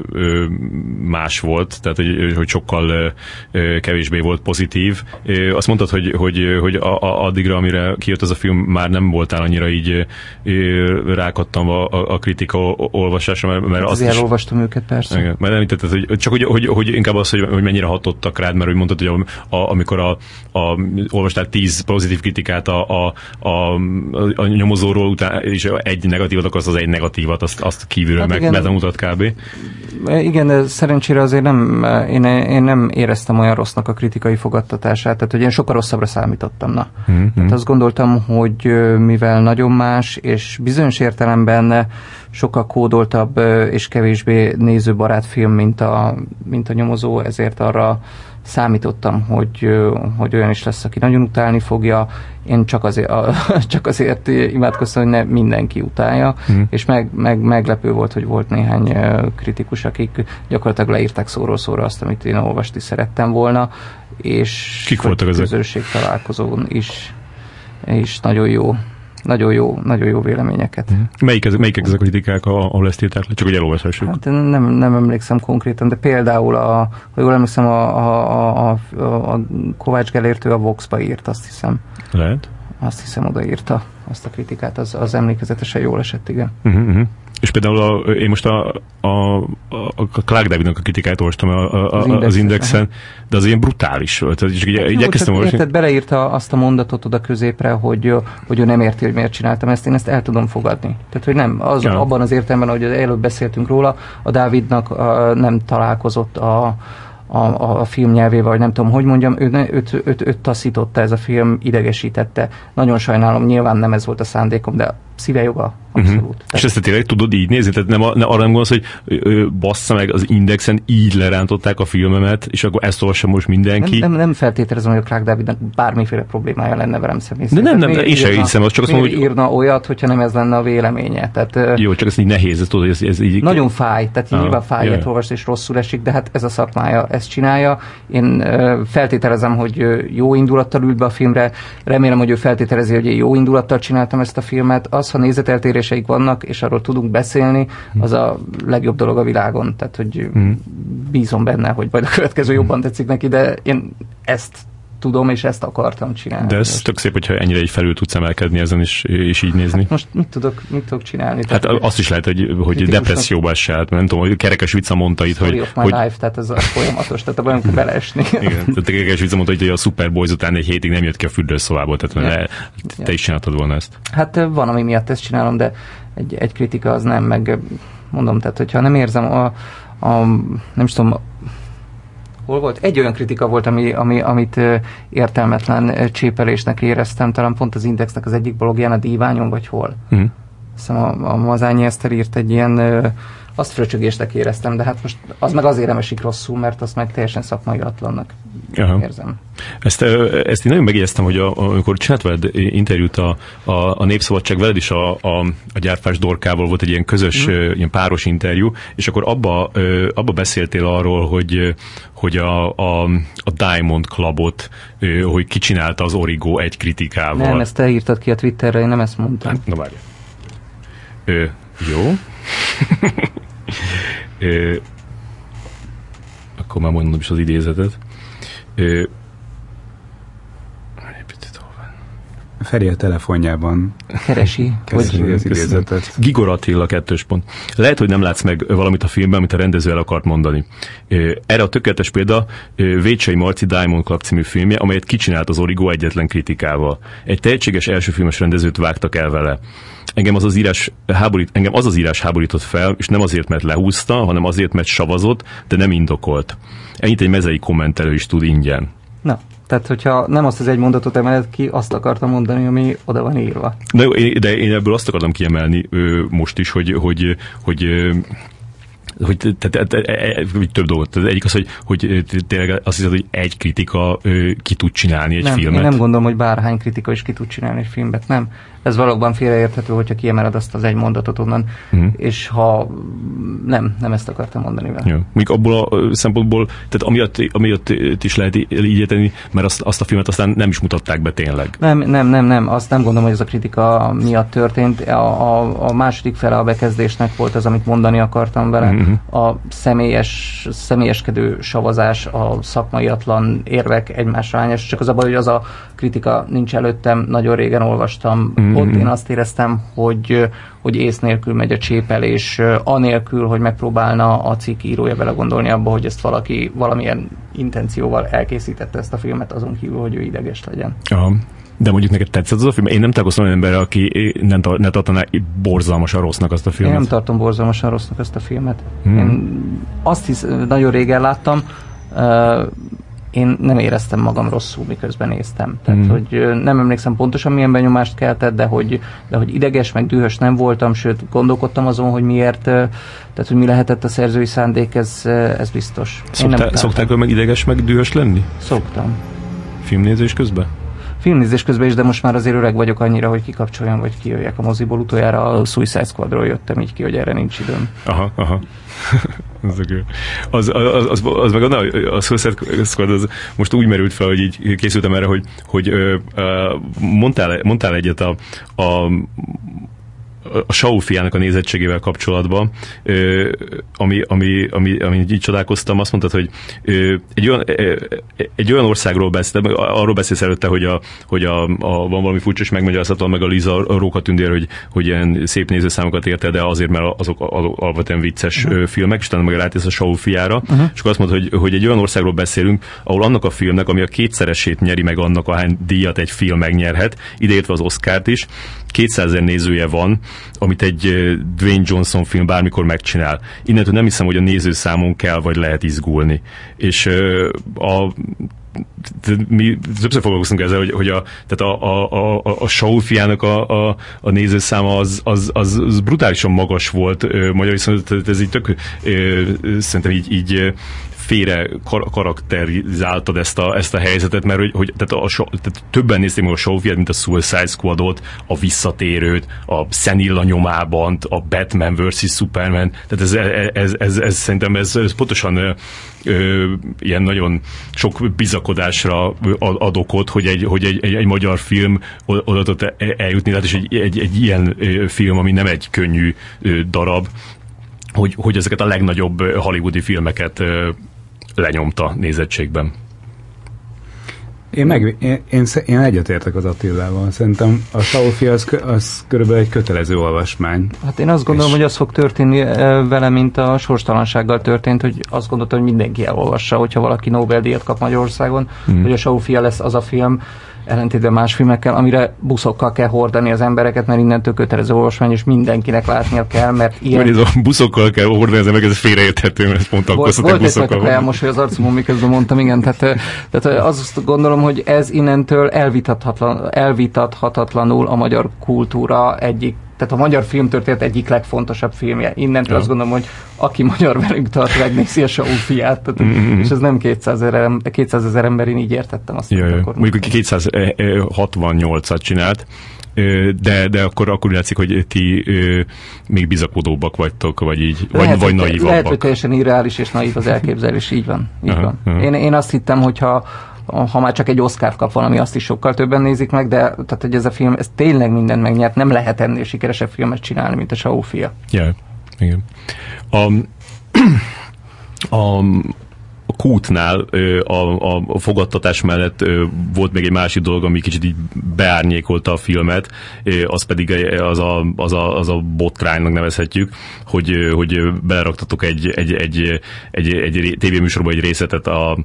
más volt, tehát hogy sokkal kevésbé volt pozitív. Azt mondtad, hogy addigra, amire kijött ez a film, már nem voltál annyira így rákattam a kritika olvasásra, mert azt is... elolvastam őket, persze. Igen, mert említetted, hogy csak hogy inkább az, hogy mennyire hatottak rád, mert hogy mondtad, hogy amikor olvastál 10 pozitív kritikát a nyomozóról után, és egy negatívat akarsz, az egy negatívat, azt kívülről betanultad kb. Igen, de szerencsére azért én nem éreztem olyan rossznak a kritikai fogadtatását, tehát hogy én sokkal rosszabbra számítottam. Tehát azt gondoltam, hogy mivel nagyon más, és bizonyos értelemben sokkal kódoltabb és kevésbé nézőbarát film, mint a nyomozó, ezért arra számítottam, hogy olyan is lesz, aki nagyon utálni fogja. Én csak azért imádkoztam, hogy ne mindenki utálja, és meglepő volt, hogy volt néhány kritikus, akik gyakorlatilag leírták szóról szóra azt, amit én olvasni szerettem volna, és kik voltak ezek? Közönség találkozón is nagyon jó véleményeket. Melyik ezek a kritikák, ahol ezt írták le? Csak hogy elolvashassuk. Hát nem emlékszem konkrétan, de például ha jól emlékszem, a Kovács Gellértő a Vox-ba írt, azt hiszem. Lehet. Azt hiszem, odaírta azt a kritikát, az emlékezetesen jól esett, igen. És például én most a Clark Davidnak a kritikáját olvastam az Indexen, de az ilyen brutális volt. Tehát beleírta azt a mondatot oda középre, hogy ő nem érti, hogy miért csináltam ezt, én ezt el tudom fogadni. Tehát, hogy nem, abban az értelemben, hogy előbb beszéltünk róla, a Dávidnak nem találkozott a film nyelvével, vagy nem tudom, hogy mondjam, őt taszította ez a film, idegesítette. Nagyon sajnálom, nyilván nem ez volt a szándékom, de szíve joga, abszolút. És ezt tényleg tudod így nézni? Tehát arra nem gondolsz, hogy bassza meg, az Indexen így lerántották a filmemet, és akkor ezt olvassa most mindenki? Nem feltételezem, hogy a Clark Davidnak bármiféle problémája lenne velem személyesen. De nem, én sem hiszem, csak azt mondom, hogy... írna olyat, hogyha nem ez lenne a véleménye. Tehát, jó, csak ez így nehéz, tudod, hogy ez így... Nagyon fáj, tehát nyilván fáj, hogy olvasd, és rosszul esik, de hát ez a szakmája, ezt csinálja. Én feltételezem, hogy jó indulattal ült be a filmre, remélem, hogy ő feltételezi, hogy én jó indulattal csináltam ezt a filmet. Az, ha nézeteltéréseik vannak, és arról tudunk beszélni, az a legjobb dolog a világon. Tehát, hogy bízom benne, hogy majd a következő jobban tetszik neki, de én ezt tudom, és ezt akartam csinálni. De ez tök szép, hogyha ennyire így felül tudsz emelkedni ezen és így nézni. Hát most mit tudok csinálni? Hát azt is lehet, hogy depresszióba se állt, nem tudom, hogy Kerekes Vica mondta itt, hogy... of my life, tehát ez a folyamatos, tehát abban kell beleesni. Igen, tehát Kerekes Vica mondta, hogy a Superboys után egy hétig nem jött ki a fürdőszobából, tehát te is csináltad volna ezt. Hát van, ami miatt ezt csinálom, de egy kritika az nem, meg mondom, tehát hogyha nem érzem nem is tudom, hol volt? Egy olyan kritika volt, amit értelmetlen csépelésnek éreztem, talán pont az Indexnek az egyik blogján, a Díványon, vagy hol. Hiszem a Mazányi Eszter írt egy ilyen, azt fröcsögésnek éreztem, de hát most az meg azért nem esik rosszul, mert azt meg teljesen szakmaiatlannak érzem. Ezt én nagyon megjegyeztem, hogy amikor csinált veled interjút a Népszabadság, veled is a Gyárfás Dorkával volt egy ilyen közös, ilyen páros interjú, és akkor abba beszéltél arról, hogy a Diamond Clubot, hogy ki csinálta az Origo egy kritikával. Nem, ezt te írtad ki a Twitterre, én nem ezt mondtam. Na várj. Jó. Akkor már mondom is az idézetet. Feri a telefonjában keresi az idézetet. Gigor Attila 2. Lehet, hogy nem látsz meg valamit a filmben, amit a rendező el akart mondani. Erre a tökéletes példa Vécsei Marci Diamond Club című filmje, amelyet kicsinált az Origo egyetlen kritikával. Egy tehetséges elsőfilmes rendezőt vágtak el vele. Engem az az írás háborított fel, és nem azért, mert lehúzta, hanem azért, mert savazott, de nem indokolt. Ennyit egy mezei kommentelő is tud ingyen. Na, tehát hogyha nem azt az egy mondatot emeled ki, azt akartam mondani, ami oda van írva. De én ebből azt akartam kiemelni most is, hogy több dolgot. Egyik az, hogy tényleg azt hiszed, hogy egy kritika ki tud csinálni egy filmet. Én nem gondolom, hogy bárhány kritika is ki tud csinálni egy filmet, nem. Ez valóban félreérthető, hogyha kiemeled azt az egy mondatot onnan, és ha nem ezt akartam mondani vele. Ja. Még abból a szempontból, tehát amiatt is lehet így érteni, mert azt a filmet aztán nem is mutatták be tényleg. Nem, azt nem gondolom, hogy ez a kritika miatt történt. A második fele a bekezdésnek volt az, amit mondani akartam vele. A személyeskedő savazás, a szakmaiatlan érvek egymásra hányás, csak az abban, hogy az a kritika nincs előttem, nagyon régen olvastam. Ott én azt éreztem, hogy ész nélkül megy a csépelés, anélkül, hogy megpróbálna a cikk írója belegondolni abba, hogy ezt valaki valamilyen intencióval elkészítette ezt a filmet, azon kívül, hogy ő ideges legyen. Aha. De mondjuk neked tetszett az a film? Én nem találkoztam olyan emberrel, aki ne tartaná borzalmasan rossznak azt a filmet. Én nem tartom borzalmasan rossznak ezt a filmet. Én azt nagyon régen láttam, én nem éreztem magam rosszul, miközben néztem. Tehát, hogy nem emlékszem pontosan milyen benyomást keltett, de hogy ideges, meg dühös nem voltam, sőt, gondolkodtam azon, hogy miért, tehát, hogy mi lehetett a szerzői szándék, ez biztos. Szoktál meg ideges, meg dühös lenni? Szoktam. Filmnézés közben? Filmnézés közben is, de most már azért öreg vagyok annyira, hogy kikapcsoljam, vagy kijöjjek a moziból. Utoljára a Suicide Squadról jöttem így ki, hogy erre nincs időm. Aha. Az meg a Suicide Squad az most úgy merült fel, hogy így készültem erre, hogy mondtál egyet a Saul fiának a nézettségével kapcsolatban, ami így csodálkoztam, azt mondtad, hogy egy olyan országról beszélsz, arról beszélsz előtte, hogy van valami furcsa és megmagyarázhatóan, meg a Liza Róka Tündér, hogy ilyen szép nézőszámokat érte, de azért, mert azok alapvetően vicces filmek, és utána meg rátész a Saul fiára, és akkor azt mondod, hogy egy olyan országról beszélünk, ahol annak a filmnek, ami a kétszeresét nyeri meg annak, ahány díjat egy film megnyerhet, ideértve az Oscart is, 200 000 nézője van, amit egy Dwayne Johnson film bármikor megcsinál. Innentől nem hiszem, hogy a nézőszámon kell vagy lehet izgulni. És mi többször foglalkoztunk ezzel, hogy a Saul fiának a nézőszáma az brutálisan magas volt magyar, viszont ez így tök szerintem így félre karakterizáltad ezt a helyzetet, mert tehát többen nézték meg a Saul fiát, mint a Suicide Squadot, a Visszatérőt, a Szenilla nyomában, a Batman vs. Superman. Tehát ez szerintem ez pontosan ilyen nagyon sok bizakodásra ad okot, hogy egy magyar film oda tud eljutni, tehát is egy ilyen film, ami nem egy könnyű darab, hogy ezeket a legnagyobb hollywoodi filmeket lenyomta nézettségben. Én egyetértek az Attilával. Szerintem a Saul-fia az körülbelül egy kötelező olvasmány. Hát én azt gondolom, hogy az fog történni vele, mint a sorstalansággal történt, hogy azt gondoltam, hogy mindenki elolvassa, hogyha valaki Nobel-díjat kap Magyarországon, hogy a Saul-fia lesz az a film, ellentétben más filmekkel, amire buszokkal kell hordani az embereket, mert innentől kötelező olvasmány, és mindenkinek látnia kell, mert ilyen... Mert ez a buszokkal kell hordani az embereket, ez félreérthető, mert ezt pont akkor volt buszokkal. Volt egy elmosoly az arcomon, miközben mondtam, igen, tehát azt gondolom, hogy ez innentől elvitathatatlanul a magyar kultúra egyik, tehát a magyar filmtörténet egyik legfontosabb filmje. Innentől azt gondolom, hogy aki magyar velünk tart, megnézi a Saul-fiát. És ez nem 200 000 ember, én így értettem azt. Mondjuk 268-at csinált, de akkor látszik, hogy ti még bizakodóbbak vagytok, vagy így, vagy naívabbak. Lehet, hogy teljesen irreális és naív az elképzelés, így van. Én azt hittem, hogyha ha már csak egy Oscart kap valami, azt is sokkal többen nézik meg, de tehát, hogy ez a film, ez tényleg mindent megnyert, nem lehet ennél sikeresebb filmet csinálni, mint a Saul-fia. Yeah, igen. A Kútnál a fogadtatás mellett volt még egy másik dolog, ami kicsit így beárnyékolta a filmet, az pedig az a botránynak nevezhetjük, hogy beleraktatok egy tévéműsorba egy részletet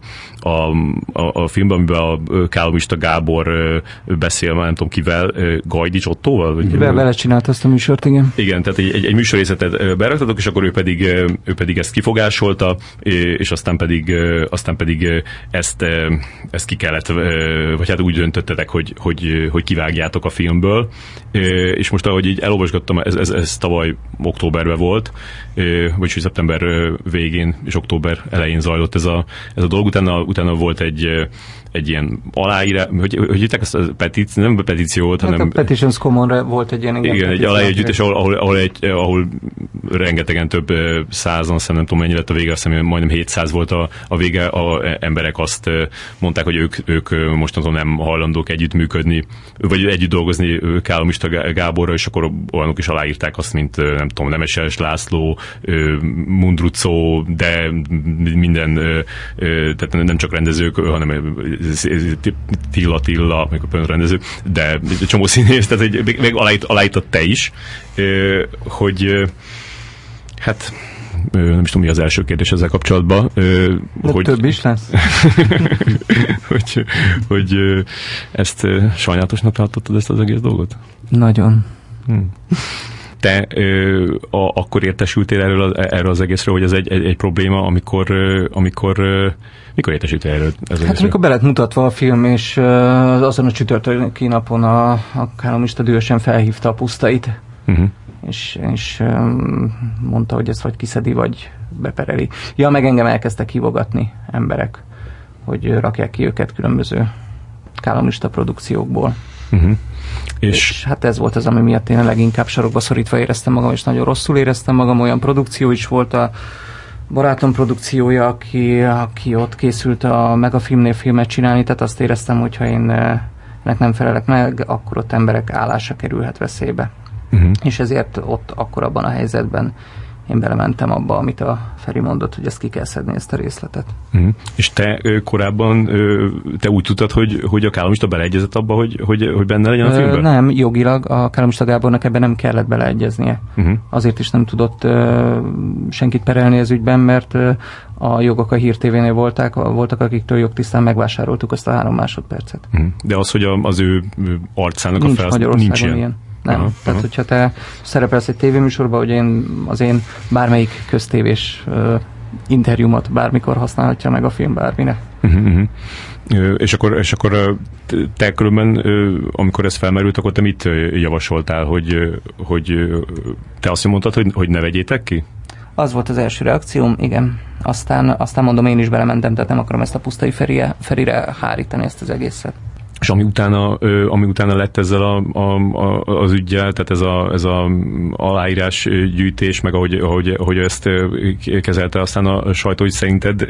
a filmben, amiben a Kálomista Gábor beszél, nem tudom kivel, Gajdics Ottóval? Vele csinált azt a műsort, igen. Igen, tehát egy műsorrészletet beraktatok, és akkor ő pedig ezt kifogásolta, és aztán pedig ezt ki kellett, vagy hát úgy döntöttetek, hogy kivágjátok a filmből, és most ahogy így elolvasgattam, ez tavaly októberben volt, vagyis szeptember végén és október elején zajlott ez a dolog, utána volt egy ilyen aláírás, hogy hittek ezt a petíció, nem petíció volt, hanem... A Petitions Commonre volt egy ilyen... Igen, egy aláírásgyűjtés, ahol rengetegen több százan, nem tudom mennyi lett a vége, azt hiszem majdnem 700 volt a vége, emberek azt mondták, hogy ők mostantól nem hajlandók együttműködni, vagy együtt dolgozni Kálomista Gáborra, és akkor olyanok is aláírták azt, mint nem tudom, Nemeses László, Mundrucó, de minden, tehát nem csak rendezők, hanem Tilla, meg a rendező, de egy csomó színész, tehát meg aláírtad te is, hogy hát nem is tudom, mi az első kérdés ezzel kapcsolatban. Hogy több is lesz? hogy ezt sajnálatosnak tartottad ezt az egész dolgot? Nagyon. Te akkor értesültél erről az egészről, hogy ez egy probléma, amikor értesültél erről? Hát amikor be lett mutatva a film, és azon a csütörtöki napon a Kálomista dühösen felhívta a pusztait, és mondta, hogy ezt vagy kiszedi, vagy bepereli. Ja, meg engem elkezdtek hívogatni emberek, hogy rakják ki őket különböző Kálomista produkciókból. És hát ez volt az, ami miatt én leginkább sarokba szorítva éreztem magam, és nagyon rosszul éreztem magam. Olyan produkció is volt, a barátom produkciója, aki ott készült a Megafilmnél filmet csinálni, tehát azt éreztem, hogy ha én ennek nem felelek meg, akkor ott emberek állása kerülhet veszélybe. És ezért ott akkor abban a helyzetben én belementem abba, amit a Feri mondott, hogy ezt ki kell szedni, ezt a részletet. És te korábban te úgy tudtad, hogy a Kálomista beleegyezett abba, hogy benne legyen a filmben? Nem, jogilag a Kálomista Gábornak ebben nem kellett beleegyeznie. Azért is nem tudott senkit perelni az ügyben, mert a jogok a Hír TV-nél voltak, akiktől jogtisztán megvásároltuk azt a 3 másodpercet. De az, hogy az ő arcának nincs a felhasználata nincs ilyen. Nem. Tehát, hogyha te szerepelsz egy tévéműsorban, hogy az én bármelyik köztévés interjúmat bármikor használhatja meg a film bármine. És akkor te különben, amikor ez felmerült, akkor te mit javasoltál, hogy te azt mondtad, hogy ne vegyétek ki? Az volt az első reakcióm, igen. Aztán mondom, én is belementem, tehát nem akarom ezt a pusztai Ferire hárítani ezt az egészet. És ami utána lett ezzel az üggyel, tehát ez a aláírás gyűjtés, meg ahogy ezt kezelte aztán a sajtó, hogy szerinted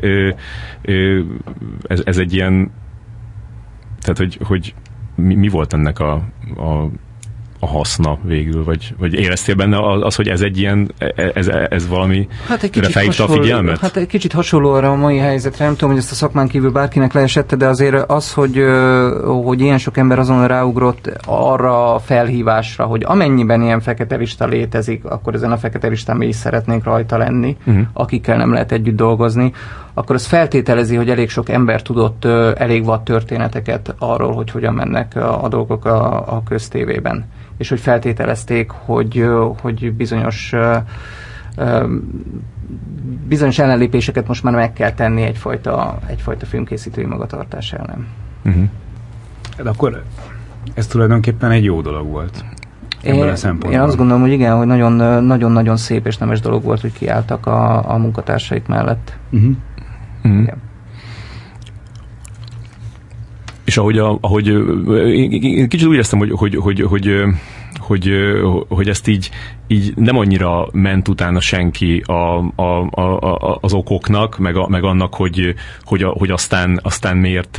ez egy ilyen, tehát hogy mi volt ennek a haszna végül, vagy éreztél benne az, hogy ez egy ilyen, ez valami felhívta a figyelmet? Hát egy kicsit hasonló arra a mai helyzetre, nem tudom, hogy ezt a szakmán kívül bárkinek leesette, de azért az, hogy ilyen sok ember azon ráugrott arra a felhívásra, hogy amennyiben ilyen fekete lista létezik, akkor ezen a fekete listán mi is szeretnénk rajta lenni, akikkel nem lehet együtt dolgozni, akkor az feltételezi, hogy elég sok ember tudott elég vad történeteket arról, hogy hogyan mennek a dolgok a köztévében. És hogy feltételezték, hogy bizonyos ellenlépéseket most már meg kell tenni egyfajta filmkészítői magatartás ellen. De akkor ez tulajdonképpen egy jó dolog volt. Én azt gondolom, hogy igen, hogy nagyon-nagyon szép és nemes dolog volt, hogy kiálltak a munkatársaik mellett. Igen. És ahogy én kicsit úgy éreztem, hogy ezt így nem annyira ment utána senki az okoknak, meg annak, hogy aztán miért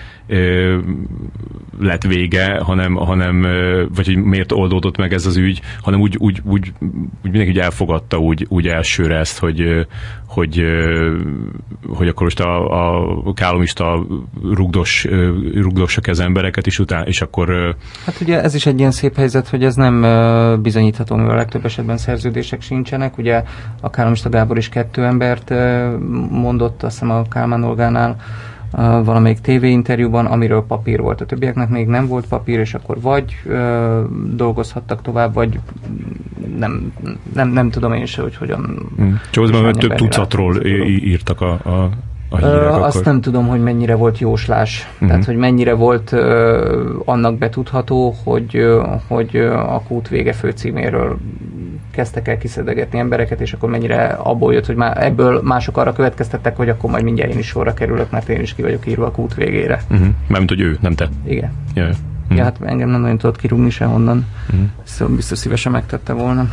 lett vége, hanem vagy hogy miért oldódott meg ez az ügy, hanem úgy mindenki elfogadta úgy elsőre ezt, hogy akkor most a kálomista rugdossa az embereket, és akkor... Hát ugye ez is egy ilyen szép helyzet, hogy ez nem bizonyítható, mivel a legtöbb esetben szerződések sincsenek. Ugye a kálomista Gábor is 2 embert mondott, azt hiszem a Kálmán Olgánál, valamelyik tévéinterjúban, amiről papír volt. A többieknek még nem volt papír, és akkor vagy dolgozhattak tovább, vagy nem tudom én is, hogy hogyan... Csak az több tucatról írtak a hírek. Azt akkor... nem tudom, hogy mennyire volt jóslás. Tehát, hogy mennyire volt annak betudható, hogy a Kút vége főcíméről kezdtek el kiszedegetni embereket, és akkor mennyire abból jött, hogy már ebből mások arra következtettek, hogy akkor majd mindjárt én is sorra kerülök, mert én is ki vagyok írva a Kút végére. Mármint, hogy ő, nem te. Igen. Ja, hát engem nem nagyon tudott kirúgni sehonnan. Szóval biztos szívesen megtette volna.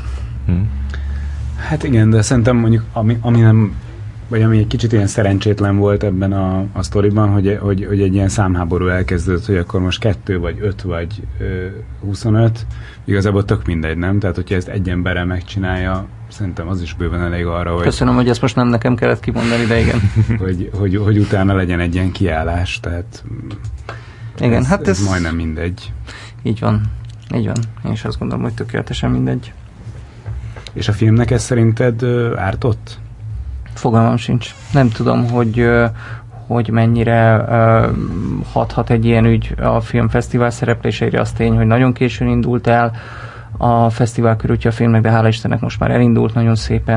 Hát igen, de szerintem mondjuk, ami nem, vagy ami egy kicsit ilyen szerencsétlen volt ebben a sztoriban, hogy egy ilyen számháború elkezdődött, hogy akkor most 2 vagy 5 vagy 25, igazából tök mindegy, nem? Tehát, hogyha ezt egy emberrel megcsinálja, szerintem az is bőven elég arra, hogy... Köszönöm, hogy ezt most nem nekem kellett kimondani, de igen. hogy utána legyen egy ilyen kiállás, tehát igen, ez majdnem mindegy. Így van. Én is azt gondolom, hogy tökéletesen mindegy. És a filmnek ez szerinted ártott? Fogalmam sincs. Nem tudom, hogy mennyire hathat egy ilyen ügy a filmfesztivál szerepléseire. Az tény, hogy nagyon későn indult el a fesztivál körültje a filmnek, de hála Istennek most már elindult, nagyon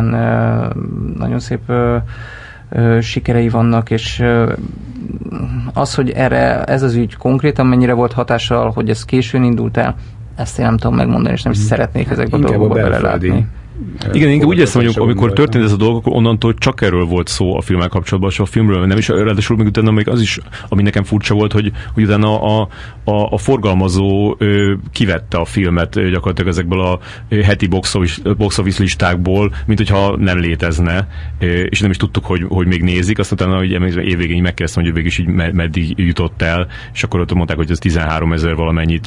szép sikerei vannak, és az, hogy ez az ügy konkrétan mennyire volt hatással, hogy ez későn indult el, ezt én nem tudom megmondani, és nem is szeretnék ezekbe a dolgokba belelátni. Igen, én úgy érzem, hogy amikor történt ez a dolog, akkor onnantól csak erről volt szó a filmmel kapcsolatban, és a filmről nem is, ráadásul még utána még az is, ami nekem furcsa volt, hogy utána a forgalmazó kivette a filmet gyakorlatilag ezekből a heti box office listákból, mint hogyha nem létezne, és nem is tudtuk, hogy még nézik, azt utána, hogy évvégén megkérdeztem, hogy végig is így meddig jutott el, és akkor ott mondták, hogy ez 13 000 valamennyit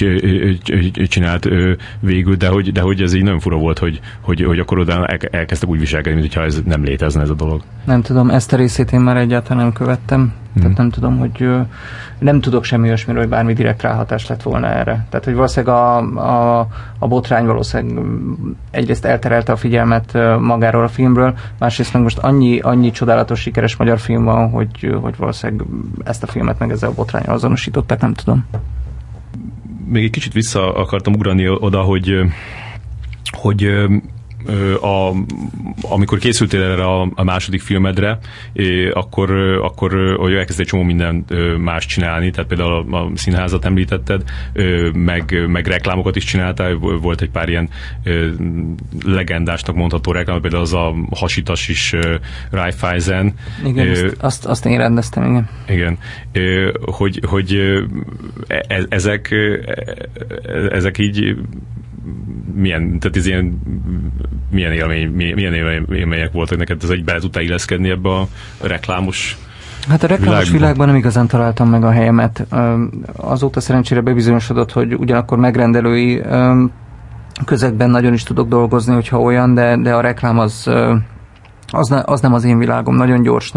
csinált végül, de hogy ez így nagyon fura volt, hogy akkor oda elkezdtek úgy viselkedni, mintha ez nem létezne ez a dolog. Nem tudom, ezt a részét én már egyáltalán nem követtem. Tehát nem tudom, hogy nem tudok semmi olyasmiről, hogy bármi direkt ráhatás lett volna erre. Tehát, hogy valószínűleg a botrány valószínűleg egyrészt elterelte a figyelmet magáról a filmről, másrészt meg most annyi csodálatos, sikeres magyar film van, hogy valószínűleg ezt a filmet meg ezzel a botránnyal azonosították, nem tudom. Még egy kicsit vissza akartam ugrani oda, hogy amikor készültél erre a második filmedre, akkor hogy elkezdtél egy csomó mindent más csinálni, tehát például a színházat említetted, meg reklámokat is csináltál, volt egy pár ilyen legendásnak mondható reklám, például az a hasitas is Raiffeisen. Igen, azt én rendeztem, igen. Igen. Hogy ezek így milyen élmények voltak neked, ez egy bele tudtál illeszkedni ebbe a reklámos Hát a reklámos világban nem igazán találtam meg a helyemet. Azóta szerencsére bebizonyosodott, hogy ugyanakkor megrendelői közegben nagyon is tudok dolgozni, hogyha olyan, de a reklám az nem az én világom. Nagyon gyors,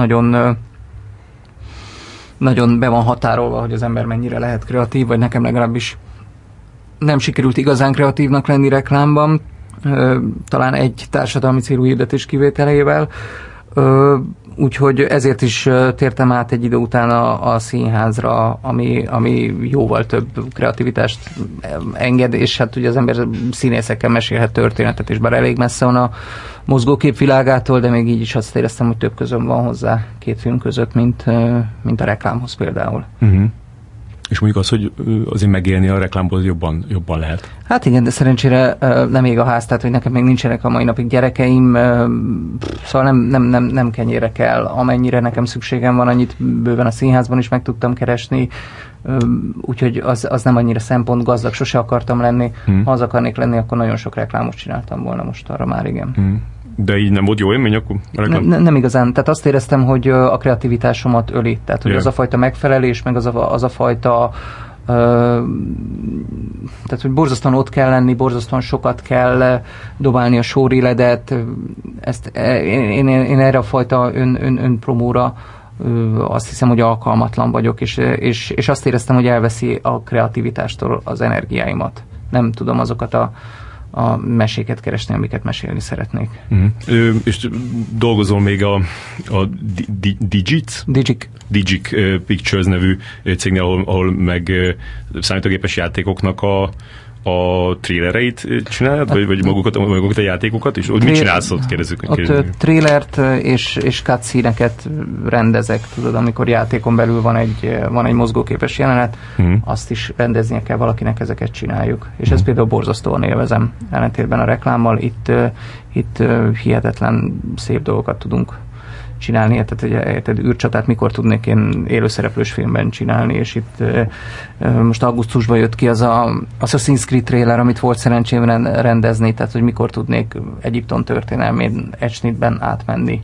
nagyon be van határolva, hogy az ember mennyire lehet kreatív, vagy nekem legalábbis nem sikerült igazán kreatívnak lenni reklámban, talán egy társadalmi célú hirdetés kivételével, úgyhogy ezért is tértem át egy idő után a színházra, ami jóval több kreativitást enged, és hát ugye az ember színészekkel mesélhet történetet, és bár elég messze van a mozgókép világától, de még így is azt éreztem, hogy több közöm van hozzá két film között, mint a reklámhoz például. Uh-huh. És mondjuk az, hogy azért megélni a reklámból jobban lehet. Hát igen, de szerencsére nem ég a ház, tehát hogy nekem még nincsenek a mai napig gyerekeim, szóval nem kenyérre kell, amennyire nekem szükségem van, annyit bőven a színházban is meg tudtam keresni, úgyhogy az nem annyira szempont, gazdag sose akartam lenni. Ha az akarnék lenni, akkor nagyon sok reklámot csináltam volna, most arra már igen. De így nem volt jó élmény akkor? Nem igazán. Tehát azt éreztem, hogy a kreativitásomat öli. Tehát, hogy az a fajta megfelelés, meg az a fajta tehát, hogy borzasztóan ott kell lenni, borzasztóan sokat kell dobálni a sóréledet. Én erre a fajta önpromóra azt hiszem, hogy alkalmatlan vagyok, és azt éreztem, hogy elveszi a kreativitástól az energiáimat. Nem tudom azokat a meséket keresni, amiket mesélni szeretnék. És dolgozol még a Digic Pictures nevű cégnél, ahol meg számítógépes játékoknak a trélereit csinálod, vagy magukat a játékokat is? Mit csinálsz ott, kérdezzük? Ott trélert és cutscene-eket rendezek, tudod, amikor játékon belül van egy mozgóképes jelenet, azt is rendeznie kell valakinek, ezeket csináljuk. És ezt például borzasztóan élvezem, ellentétben a reklámmal, itt hihetetlen szép dolgokat tudunk csinálni, tehát űrcsatát mikor tudnék én élőszereplős filmben csinálni, és itt most augusztusban jött ki az a Assassin's Creed trailer, amit volt szerencsém rendezni, tehát hogy mikor tudnék Egyiptom történelmén egy snitben átmenni,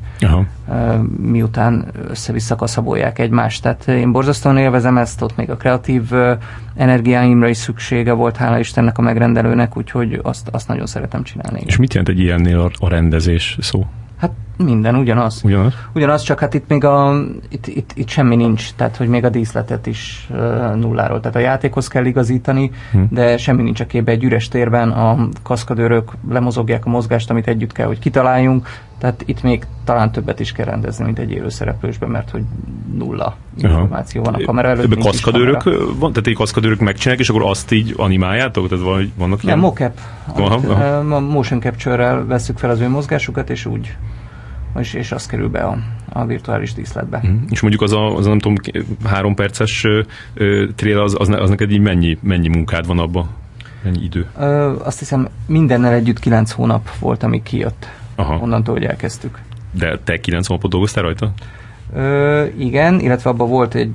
miután össze-vissza kaszabolják egymást. Tehát én borzasztóan élvezem ezt, ott még a kreatív energiáimra is szüksége volt, hála Istennek a megrendelőnek, úgyhogy azt nagyon szeretem csinálni. És mit jelent egy ilyennél a rendezés szó? Hát minden ugyanaz, csak hát itt még itt semmi nincs, tehát hogy még a díszletet is nulláról, tehát a játékhoz kell igazítani, de semmi nincs a képbe, egy üres térben a kaszkadőrök lemozogják a mozgást, amit együtt kell, hogy kitaláljunk, tehát itt még talán többet is kell rendezni, mint egy élőszereplősben, mert hogy nulla információ van a kamera előtt. Ebben kaszkadőrök van? Tehát egy kaszkadőrök megcsinálják, és akkor azt így animáljátok? Tehát vannak ilyen? Nem, mocap. Motion capture-rel vesszük fel az ő mozgásukat, és úgy és az kerül be a virtuális díszletbe. És mondjuk az nem tudom, 3 perces trailer, az neked így mennyi munkád van abban? Mennyi idő? Azt hiszem mindennel együtt 9 hónap volt, amíg kijött. Onnantól, hogy elkezdtük. De te 9 hónapot dolgoztál rajta? Igen, illetve abban volt egy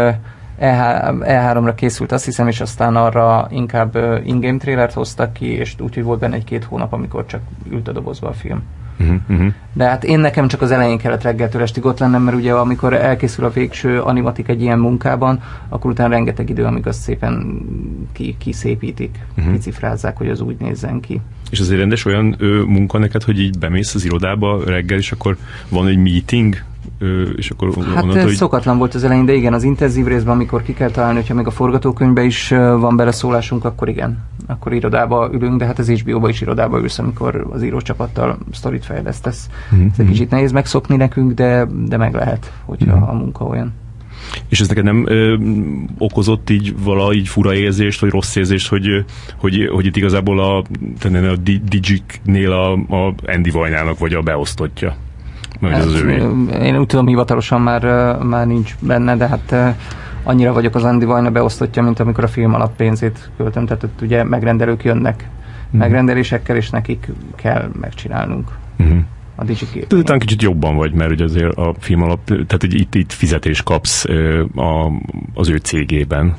E3-ra készült, azt hiszem, és aztán arra inkább in-game trailert hoztak ki, és úgyhogy volt benne 1-2 hónap, amikor csak ült a dobozba a film. De hát nekem csak az elején kellett reggeltől estig ott lennem, mert ugye amikor elkészül a végső animatik egy ilyen munkában, akkor utána rengeteg idő, amíg azt szépen kiszépítik, kicifrázzák, hogy az úgy nézzen ki. És azért rendes olyan munka neked, hogy így bemész az irodába reggel, és akkor van egy meeting, és akkor hát szokatlan volt az elején, de igen, az intenzív részben, amikor ki kell találni, hogyha még a forgatókönyvbe is van beleszólásunk, akkor igen, akkor irodába ülünk, de hát az HBO-ba is irodába ülsz, amikor az írócsapattal sztorit fejlesztesz. Ez egy kicsit nehéz megszokni nekünk, de meg lehet, hogyha a munka olyan. És ez neked nem okozott így valahogy fura érzést, vagy rossz érzést, hogy itt igazából a Digicnél a Andy Vajnának vagy a beosztottja? Hát, én úgy tudom, hivatalosan már nincs benne, de hát annyira vagyok az Andy Vajna beosztottja, mint amikor a film alap pénzét költöm, tehát ott ugye megrendelők jönnek megrendelésekkel, és nekik kell megcsinálnunk. A Digicét. Talán kicsit jobban vagy, mert ugye azért a film alap, tehát hogy itt fizetést kapsz az ő cégében.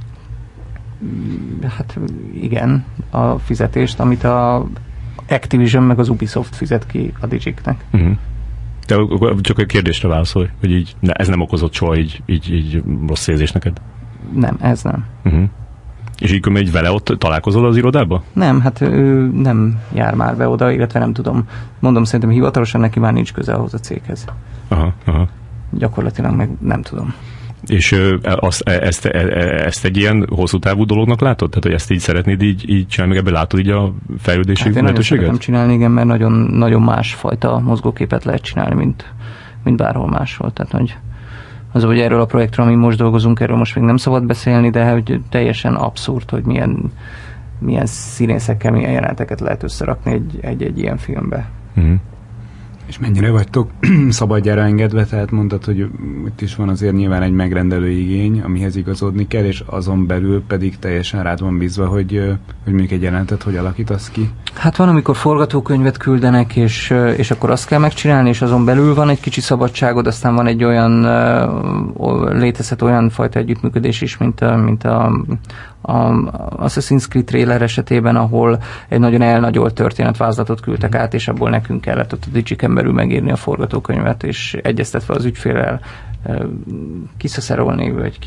Hát igen, a fizetést, amit a Activision meg az Ubisoft fizet ki a Digicnek. Te csak egy kérdésre válaszolj, hogy így ez nem okozott soha így rossz érzés neked? Nem, ez nem. És így megy vele ott találkozol az irodába? Nem, hát ő nem jár már be oda, illetve nem tudom. Mondom, szerintem hivatalosan neki már nincs köze ahhoz a céghez. Aha. Gyakorlatilag meg nem tudom. És ezt egy ilyen hosszú távú dolognak látod? Tehát, hogy ezt így szeretnéd így csinálni, meg ebben látod így a fejlődési lehetőséget? Hát én nagyon csinálni, igen, mert nagyon, nagyon másfajta mozgóképet lehet csinálni, mint bárhol máshol. Tehát, hogy erről a projektről, amin most dolgozunk, erről most még nem szabad beszélni, de hogy teljesen abszurd, hogy milyen színészekkel, milyen jeleneteket lehet összerakni egy ilyen filmbe. És mennyire vagytok szabadjára engedve, tehát mondtad, hogy itt is van azért nyilván egy megrendelő igény, amihez igazodni kell, és azon belül pedig teljesen rád van bízva, hogy mondjuk egy jelenetet hogy alakítasz ki? Hát van, amikor forgatókönyvet küldenek, és akkor azt kell megcsinálni, és azon belül van egy kicsi szabadságod, aztán van egy olyan, létezhet olyan fajta együttműködés is, mint a Assassin's Creed trailer esetében, ahol egy nagyon elnagyolt történetvázlatot küldtek át, és abból nekünk kellett ott a Digiken belül megírni a forgatókönyvet, és egyeztetve az ügyféllel kiszaszerolni, vagy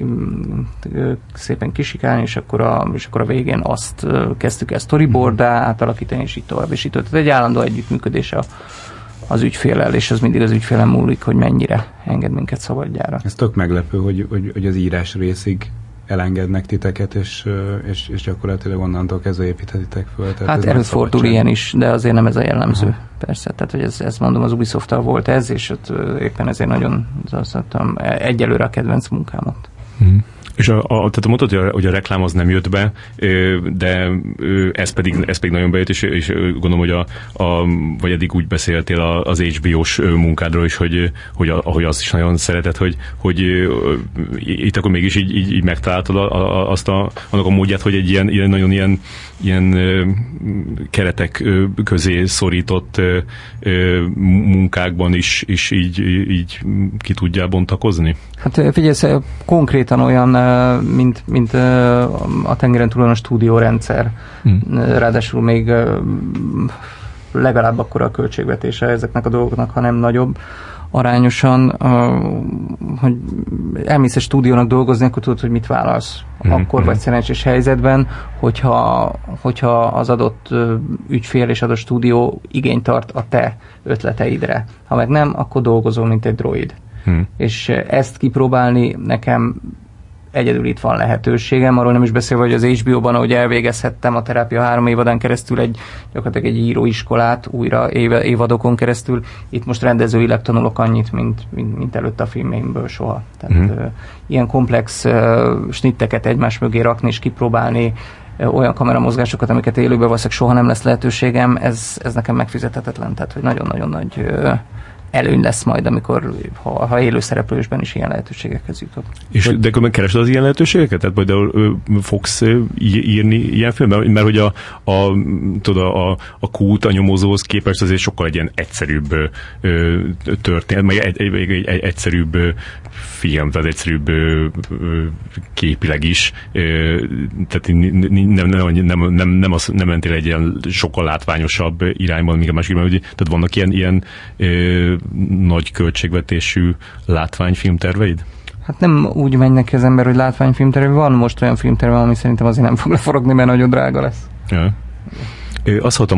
szépen kisikálni, és akkor a végén azt kezdtük el storyboard-á átalakítani, és így tovább, és így tovább. Tehát egy állandó együttműködés az ügyféllel, és az mindig az ügyfélen múlik, hogy mennyire enged minket szabadjára. Ez tök meglepő, hogy az írás részig elengednek titeket, és gyakorlatilag onnantól kezdve építhetitek föl. Hát előfordul ilyen is, de azért nem ez a jellemző. Persze, tehát hogy ez mondom, az Ubisoft-tal volt ez, és ott éppen ezért nagyon egyelőre a kedvenc munkámat. És tehát mondtad, hogy a reklám az nem jött be, de ez pedig nagyon bejött, és gondolom, hogy vagy eddig úgy beszéltél az HBO-s munkádról is, hogy az is nagyon szereted, hogy itt akkor mégis így megtaláltad annak a módját, hogy egy ilyen keretek közé szorított munkákban is így ki tudjál bontakozni? Hát figyelj, konkrétan olyan, mint a tengeren túlon a stúdiórendszer. Ráadásul még legalább akkora a költségvetése ezeknek a dolgoknak, ha nem nagyobb arányosan, hogy elmész egy stúdiónak dolgozni, akkor tudod, hogy mit válasz. Akkor vagy szerencsés helyzetben, hogyha az adott ügyfél és adott stúdió igényt tart a te ötleteidre. Ha meg nem, akkor dolgozol, mint egy droid. És ezt kipróbálni nekem egyedül itt van lehetőségem, arról nem is beszélve, hogy az HBO-ban, ahogy elvégezhettem a Terápia 3 évadán keresztül gyakorlatilag egy íróiskolát, újra évadokon keresztül, itt most rendezőileg tanulok annyit, mint előtt a filmeimből soha. Tehát ilyen komplex snitteket egymás mögé rakni és kipróbálni, olyan kameramozgásokat, amiket élőben valószínűleg soha nem lesz lehetőségem, ez nekem megfizethetetlen, tehát hogy nagyon-nagyon nagy előny lesz majd, amikor ha élő szereplősben is ilyen lehetőségekhez jutok. És de különben keresed az ilyen lehetőségeket? Tehát például fogsz írni ilyen filmben? Mert hogy a kút, a nyomozóhoz képest azért sokkal egy ilyen egyszerűbb történet, meg egy egyszerűbb film, tehát egyszerűbb képileg is. Tehát nem mentél egy ilyen sokkal látványosabb irányban, míg a másik irányban. Tehát vannak ilyen nagy költségvetésű látványfilmterveid? Hát nem úgy megy neki az ember, hogy látványfilmterve. Van most olyan filmterve, ami szerintem azért nem fog leforogni, mert nagyon drága lesz. Ja. Azt hallottam,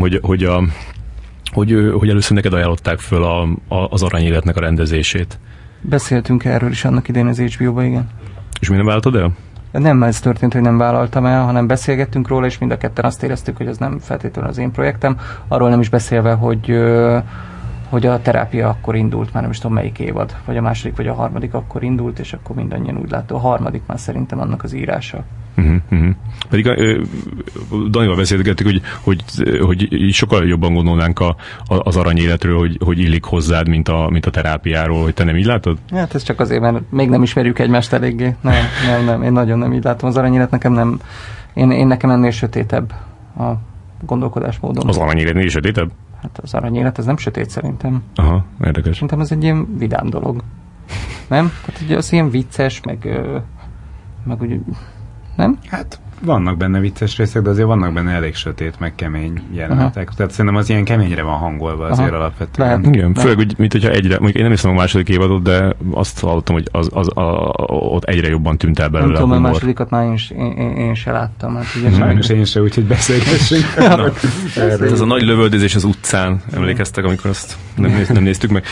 hogy először neked ajánlották föl az Aranyéletnek a rendezését. Beszéltünk erről is annak idején az HBO-ba, igen. És mi nem vállaltad el? Nem ez történt, hogy nem vállaltam el, hanem beszélgettünk róla, és mind a ketten azt éreztük, hogy ez nem feltétlenül az én projektem. Arról nem is beszélve, hogy a Terápia akkor indult, már nem is tudom melyik évad, vagy a második, vagy a harmadik akkor indult, és akkor mindannyian úgy láttuk. A harmadik már szerintem annak az írása. Pedig Danival beszélgettük, hogy sokkal jobban gondolnánk az Aranyéletről, hogy illik hozzád, mint a Terápiáról, hogy te nem így látod? Hát ez csak azért, mert még nem ismerjük egymást eléggé. Nem, én nagyon nem így látom. Az Aranyélet nekem nem, én nekem ennél sötétebb a gondolkodásmódom. Az Aranyéletnél is sötétebb? Hát az Aranyélet, ez nem sötét szerintem. Aha, érdekes. Szerintem ez egy ilyen vidám dolog. Nem? Tehát ugye az ilyen vicces, meg úgy, nem? Hát vannak benne vicces részek, de azért vannak benne elég sötét, meg kemény jelenetek. Tehát szerintem az ilyen keményre van hangolva azért alapvetően. Igen, főleg, hogy mint hogyha egyre, mondjuk én nem hiszem a második évadot, de azt hallottam, hogy ott egyre jobban tűnt el belőle. Nem tudom, a másodikat már én se láttam. Hát ugye sajnos én se, úgyhogy beszélgessünk. Ez a nagy lövöldözés az utcán, emlékeztek, amikor azt nem néztük meg,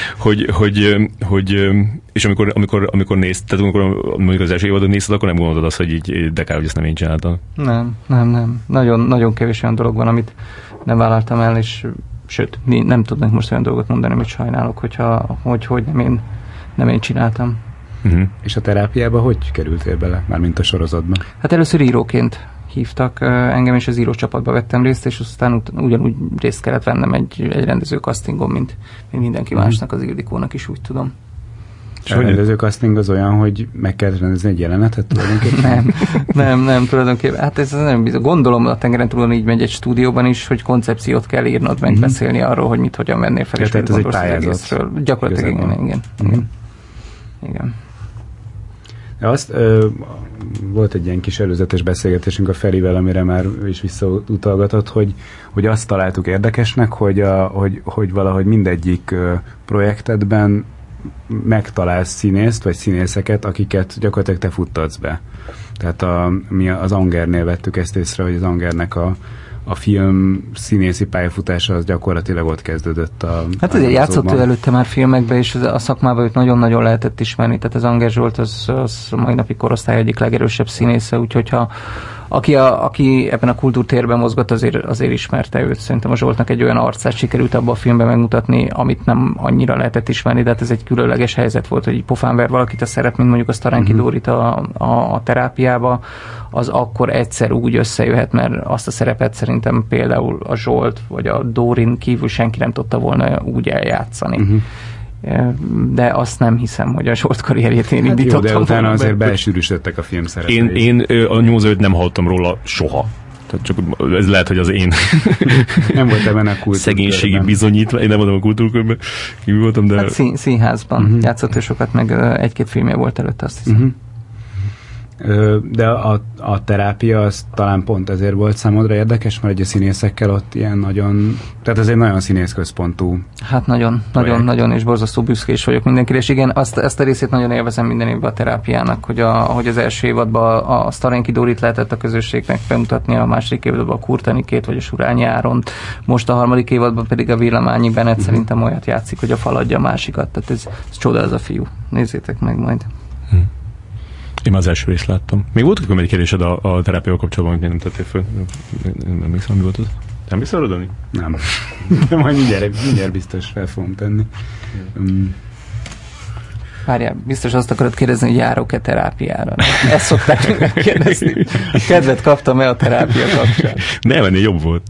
és amikor nézted, amikor mondjuk az első évadot nézted, akkor nem gondolod azt, hogy így de kár, hogy ezt nem én csináltam. Nem. Nagyon kevés olyan dolog van, amit nem vállaltam el, és sőt, nem tudnék most olyan dolgot mondani, amit sajnálok, hogy nem én csináltam. Uh-huh. És a terápiába hogy kerültél bele, mármint a sorozatban? Hát először íróként hívtak engem, és az írócsapatba vettem részt, és aztán ugyanúgy részt kellett vennem egy rendező castingon, mint mindenki másnak, az Ildikónak is, úgy tudom. És a rendező casting az olyan, hogy meg kell rendezni egy jelenetet tulajdonképpen? Nem, tulajdonképpen. Hát ez nem bizony. Gondolom, a tengeren túlon így megy egy stúdióban is, hogy koncepciót kell írnod, meg beszélni arról, hogy mit hogyan vennél fel, és tehát ez egy pályázat. Gyakorlatilag igen. Azt volt egy ilyen kis előzetes beszélgetésünk a Ferivel, amire már is visszautalgatott, hogy azt találtuk érdekesnek, hogy valahogy mindegyik projektedben megtalálsz színészt, vagy színészeket, akiket gyakorlatilag te futtatsz be. Tehát mi az Angernél vettük ezt észre, hogy az Angernek a film színészi pályafutása az gyakorlatilag ott kezdődött. Hát azért játszott ő előtte már filmekbe, és a szakmában őt nagyon-nagyon lehetett ismerni. Tehát az Anger Zsolt az mai napi korosztály egyik legerősebb színésze, úgyhogy aki ebben a kultúrtérben mozgott, azért ismerte őt. Szerintem a Zsoltnak egy olyan arcát sikerült abban a filmben megmutatni, amit nem annyira lehetett ismerni, de hát ez egy különleges helyzet volt, hogy pofán ver valakit a szerep, mint mondjuk a Sztaránki Dórit a terápiába, az akkor egyszer úgy összejöhet, mert azt a szerepet szerintem például a Zsolt vagy a Dórin kívül senki nem tudta volna úgy eljátszani. De azt nem hiszem, hogy a Zsolt karrierjét én indítottam. Jó, de utána azért belsűrűsödtek a film szerepei. Én a nyomozót nem hallottam róla soha. Tehát csak ez lehet, hogy az én nem voltam benne a kultúrkörben. Szegénységi bizonyítva. Én nem voltam a kultúrkörben. Kívül voltam, de... Hát színházban játszott ő sokat, meg egy-két filmje volt előtte, azt hiszem. De a terápia az talán pont ezért volt számodra érdekes, mert egy a színészekkel ott ilyen nagyon, tehát ez egy nagyon színészközpontú. Hát nagyon, és borzasztó büszke is vagyok mindenkire, és igen, ezt a részét nagyon élvezem minden évben a terápiának, hogy az első évadban a Sztaránki Dórit lehetett a közösségnek bemutatni, a második évadban a Kurtanikét, vagy a Surányi Áront, most a harmadik évadban pedig a Villamányi Bennett szerintem olyat játszik, hogy a fal adja a másikat, tehát ez csoda ez a fiú. Nézzétek meg majd. Én már az első részt láttam. Még volt egy kérdésed a terápiával kapcsolatban, amit nem tettél föl? Nem emlékszem, mi volt az? Nem vissza Dani? Nem. De majd mindjárt biztos fel fogom tenni. Várjál, biztos azt akarod kérdezni, hogy járok-e terápiára? Ezt szokták megkérdezni. Kedvet kaptam-e a terápia kapcsán? Nem, ennél jobb volt.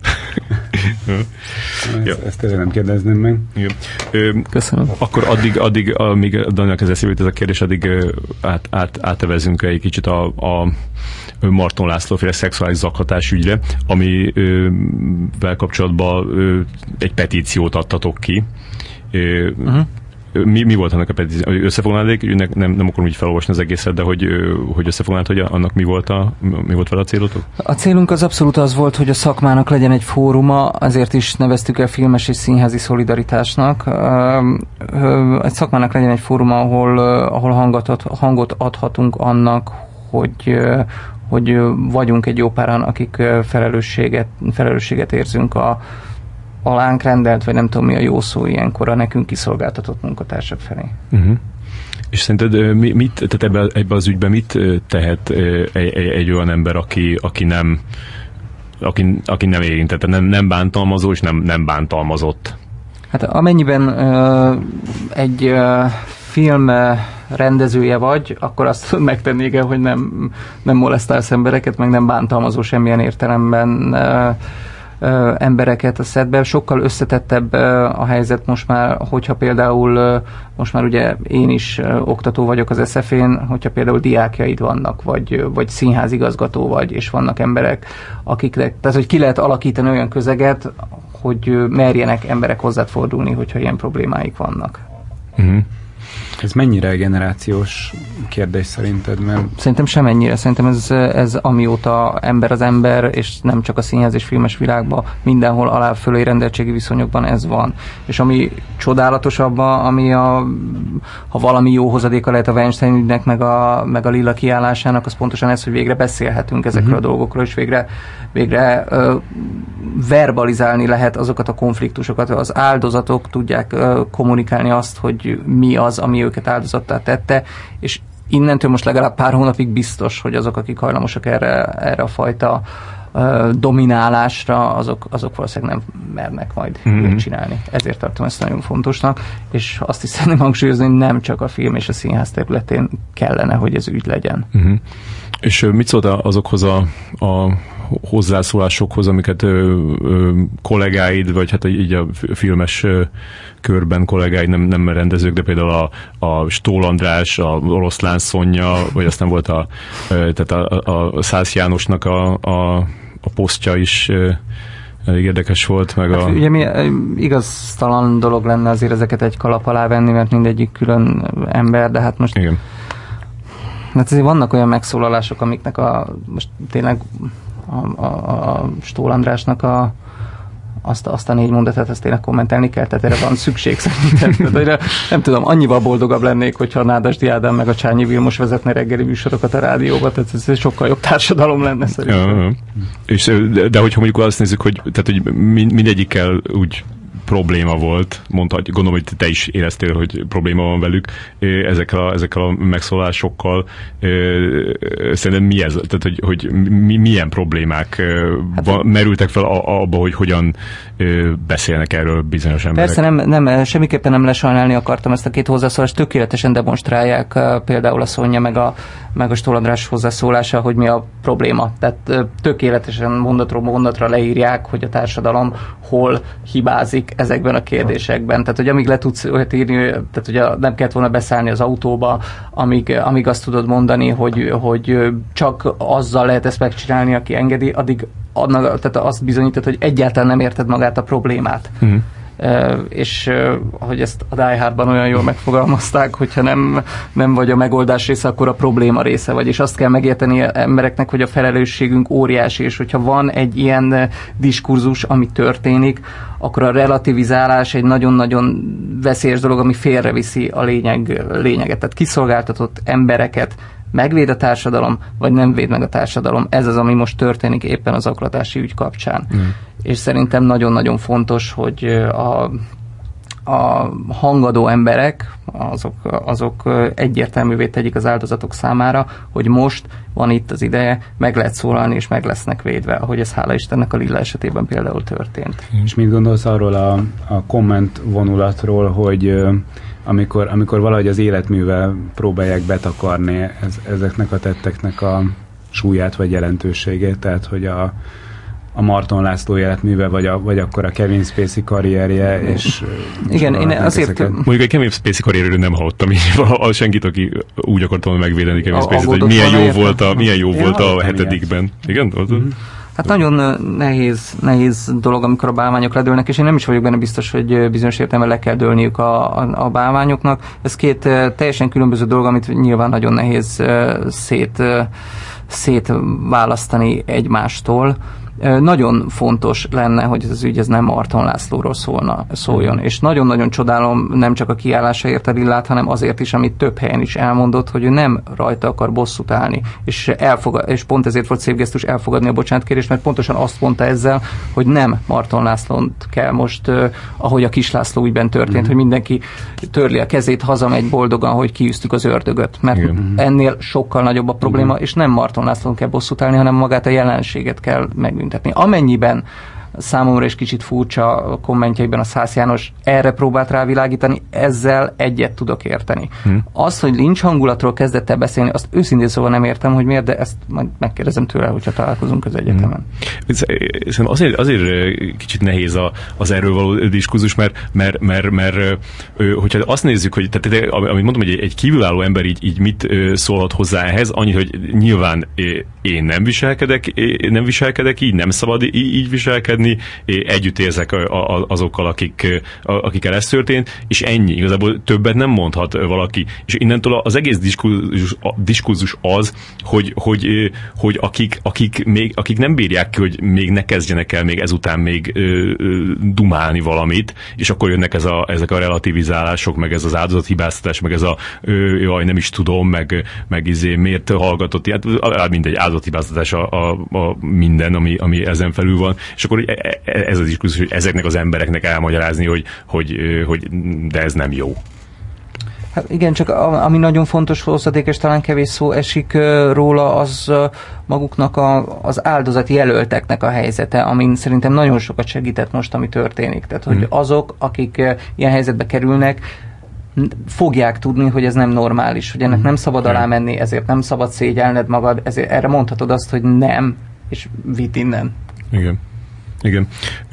Ezt tényleg nem kérdezném meg. Köszönöm. Akkor addig amíg Daninak ez eszébe jut ez a kérdés, addig átevezünk egy kicsit a Marton László féle szexuális zaklatás ügyre, amivel kapcsolatban egy petíciót adtatok ki. Mi volt annak a petíció? Összefoglalnád, nem akarom így felolvasni az egészet, de hogy összefoglalnád, hogy annak mi volt vele a célotok? A célunk az abszolút az volt, hogy a szakmának legyen egy fóruma, azért is neveztük el filmes és színházi szolidaritásnak. Egy szakmának legyen egy fóruma, ahol hangot adhatunk annak, hogy vagyunk egy jó páran, akik felelősséget érzünk alánk rendelt, vagy nem tudom mi a jó szó ilyenkor a nekünk kiszolgáltatott munkatársak felé. És szerinted tehát ebbe az ügyben mit tehet egy olyan ember, aki nem érintett, nem bántalmazó, és nem bántalmazott? Hát amennyiben egy film rendezője vagy, akkor azt megtenni kell, hogy nem molesztálsz embereket, meg nem bántalmazó semmilyen értelemben embereket a szedbe. Sokkal összetettebb a helyzet most már, hogyha például most már ugye én is oktató vagyok az SF-én, hogyha például diákjaid vannak, vagy színházigazgató vagy, és vannak emberek, akiknek, tehát hogy ki lehet alakítani olyan közeget, hogy merjenek emberek hozzád fordulni, hogyha ilyen problémáik vannak. Ez mennyire generációs kérdés szerinted? Mert... Szerintem semennyire. Szerintem ez amióta ember az ember, és nem csak a színház és filmes világban, mindenhol alá-fölé rendeltségi viszonyokban ez van. És ami csodálatosabban, ha valami jó hozadéka lehet a Weinstein ügynek, meg a Lilla kiállásának, az pontosan ez, hogy végre beszélhetünk ezekről a dolgokról, és végre verbalizálni lehet azokat a konfliktusokat. Az áldozatok tudják kommunikálni azt, hogy mi az, ami őket áldozattá tette, és innentől most legalább pár hónapig biztos, hogy azok, akik hajlamosak erre a fajta dominálásra, azok valószínűleg nem mernek majd csinálni. Ezért tartom ezt nagyon fontosnak, és azt is szeretném hangsúlyozni, hogy nem csak a film és a színház területén kellene, hogy ez ügy legyen. És mit szólt azokhoz a hozzászólásokhoz, amiket kollégáid, vagy hát így a filmes körben kollégáid, nem rendezők, de például a Stól András, a Oroszlán Szonya, vagy aztán volt tehát a Szász Jánosnak a posztja is elég érdekes volt, meg hát, ugye igaztalan dolog lenne azért ezeket egy kalap alá venni, mert mindegyik külön ember, de hát most... Igen. Hát azért vannak olyan megszólalások, amiknek most tényleg a Stól Andrásnak azt a 4 mondatát, azt tényleg kommentelni kell, tehát erre van szükség szerintem. Nem tudom, annyival boldogabb lennék, hogyha a Nádasdy Ádám meg a Csányi Vilmos vezetne reggeli műsorokat a rádióba, tehát ez sokkal jobb társadalom lenne szerintem. De hogyha mondjuk azt nézzük, hogy mindegyikkel úgy probléma volt, gondolom, hogy te is éreztél, hogy probléma van velük ezekkel a megszólásokkal. Szerintem mi ez? Tehát, hogy milyen problémák merültek fel abba, hogy hogyan beszélnek erről bizonyos emberek? Persze nem, semmiképpen nem lesajnálni akartam ezt a két hozzászólást, tökéletesen demonstrálják például a Szonya meg a Stól András hozzászólása, hogy mi a probléma. Tehát tökéletesen mondatról mondatra leírják, hogy a társadalom hol hibázik ezekben a kérdésekben. Tehát, hogy amíg le tudsz olyat írni, tehát, hogy nem kellett volna beszállni az autóba, amíg azt tudod mondani, hogy csak azzal lehet ezt megcsinálni, aki engedi, addig tehát azt bizonyítod, hogy egyáltalán nem érted magát a problémát. És hogy ezt a Die Hardban olyan jól megfogalmazták, hogyha nem vagy a megoldás része, akkor a probléma része vagy, és azt kell megérteni embereknek, hogy a felelősségünk óriási, és hogyha van egy ilyen diskurzus, ami történik, akkor a relativizálás egy nagyon-nagyon veszélyes dolog, ami félreviszi a lényeget. Tehát kiszolgáltatott embereket megvéd a társadalom, vagy nem véd meg a társadalom. Ez az, ami most történik éppen az zaklatási ügy kapcsán. És szerintem nagyon-nagyon fontos, hogy a hangadó emberek, azok egyértelművé tegyik az áldozatok számára, hogy most van itt az ideje, meg lehet szólalni, és meg lesznek védve, ahogy ez hála Istennek a Lilla esetében például történt. És mit gondolsz arról a komment vonulatról, hogy amikor valahogy az életművel próbálják betakarni ezeknek a tetteknek a súlyát vagy jelentőségét, tehát hogy a Marton László életműve, vagy akkor a Kevin Spacey karrierje, és... Igen, én azért... Mondjuk egy Kevin Spacey karrierről nem hallottam senkit, aki úgy akart volna megvédeni Kevin Spacey-t, hogy milyen jó volt a 7. Igen? Hát nagyon nehéz dolog, amikor a bálványok ledőlnek, és én nem is vagyok benne biztos, hogy bizonyos értelemben le kell dőlniük a bálványoknak. Ez két teljesen különböző dolog, amit nyilván nagyon nehéz szétválasztani egymástól. Nagyon fontos lenne, hogy ez az ügy nem Marton Lászlóról szóljon. És nagyon-nagyon csodálom nem csak a kiállásaért a Lillát, hanem azért is, amit több helyen is elmondott, hogy ő nem rajta akar bosszút állni. És pont ezért volt szép gesztus elfogadni a bocsánatkérést, mert pontosan azt mondta ezzel, hogy nem Marton Lászlót kell most, ahogy a Kis László ügyben történt, hogy mindenki törli a kezét, hazamegy boldogan, hogy kiűztük az ördögöt. Mert ennél sokkal nagyobb a probléma, és nem Marton Lászlón kell bosszút állni, hanem magát a jelenséget kell megbüntetni. Amennyiben számomra is kicsit furcsa a kommentjeiben a Szász János erre próbált rávilágítani, ezzel egyet tudok érteni. Az, hogy lincs hangulatról kezdett el beszélni, azt őszintén szóval nem értem, hogy miért, de ezt majd megkérdezem tőle, hogyha találkozunk az egyetemen. Szerintem azért kicsit nehéz az erről való diskurzus, mert hogyha azt nézzük, hogy tehát, amit mondom, hogy egy kívülálló ember így mit szólhat hozzá ehhez, annyit, hogy nyilván én nem viselkedek így, nem szabad így viselkedni, élni, együtt érzek azokkal, akikkel ez történt, és ennyi. Igazából többet nem mondhat valaki. És innentől az egész diskurzus az, hogy akik nem bírják ki, hogy még ne kezdjenek el még ezután még dumálni valamit, és akkor jönnek ezek a relativizálások, meg ez az áldozathibáztatás, meg ez a jaj, nem is tudom, meg miért hallgatott, mindegy áldozathibáztatás a minden, ami ezen felül van, és akkor ez az diskurzus, hogy ezeknek az embereknek elmagyarázni, hogy de ez nem jó. Hát igen, csak ami nagyon fontos hozadék, és talán kevés szó esik róla, az maguknak az áldozati jelölteknek a helyzete, amin szerintem nagyon sokat segített most, ami történik. Tehát, hogy azok, akik ilyen helyzetbe kerülnek, fogják tudni, hogy ez nem normális, hogy ennek nem szabad alá menni, ezért nem szabad szégyelned magad, ezért erre mondhatod azt, hogy nem, és vidd innen. Igen.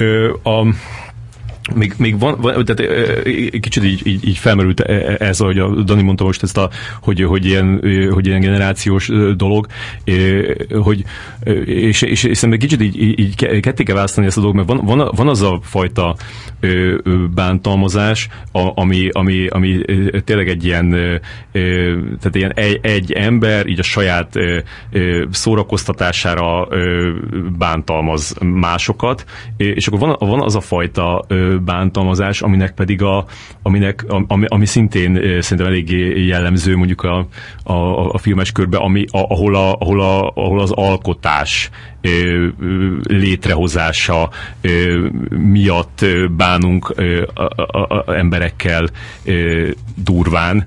Még van, tehát kicsit így felmerült ez, ahogy a Dani mondta most ezt hogy ilyen generációs dolog, és szerintem kicsit így ketté kell választani ezt a dolgot, mert van az a fajta bántalmazás, ami tényleg egy ilyen, tehát ilyen egy ember így a saját szórakoztatására bántalmaz másokat, és akkor van az a fajta bántalmazás, aminek pedig ami szintén szerintem eléggé jellemző mondjuk a filmes körbe, ahol az alkotás létrehozása miatt bánunk emberekkel durván.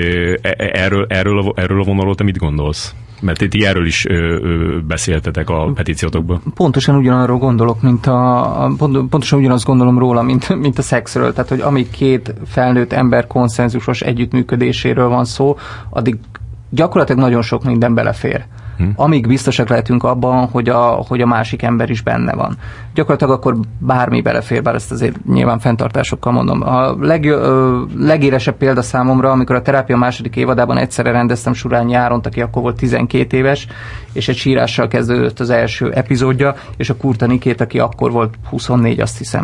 Erről a vonalról te mit gondolsz? Mert ti erről is beszéltetek a petíciótokban. Pontosan ugyanarról gondolok, pontosan ugyanazt gondolom róla, mint a szexről. Tehát, hogy amíg két felnőtt ember konszenzusos együttműködéséről van szó, addig gyakorlatilag nagyon sok minden belefér. Amíg biztosak lehetünk abban, hogy a másik ember is benne van. Gyakorlatilag akkor bármi belefér, bár ezt azért nyilván fenntartásokkal mondom. A legélesebb példa számomra, amikor a Terápia második évadában egyszerre rendeztem Surányi Áront, aki akkor volt 12 éves, és egy sírással kezdődött az első epizódja, és a Kurta Nikét, aki akkor volt 24, azt hiszem.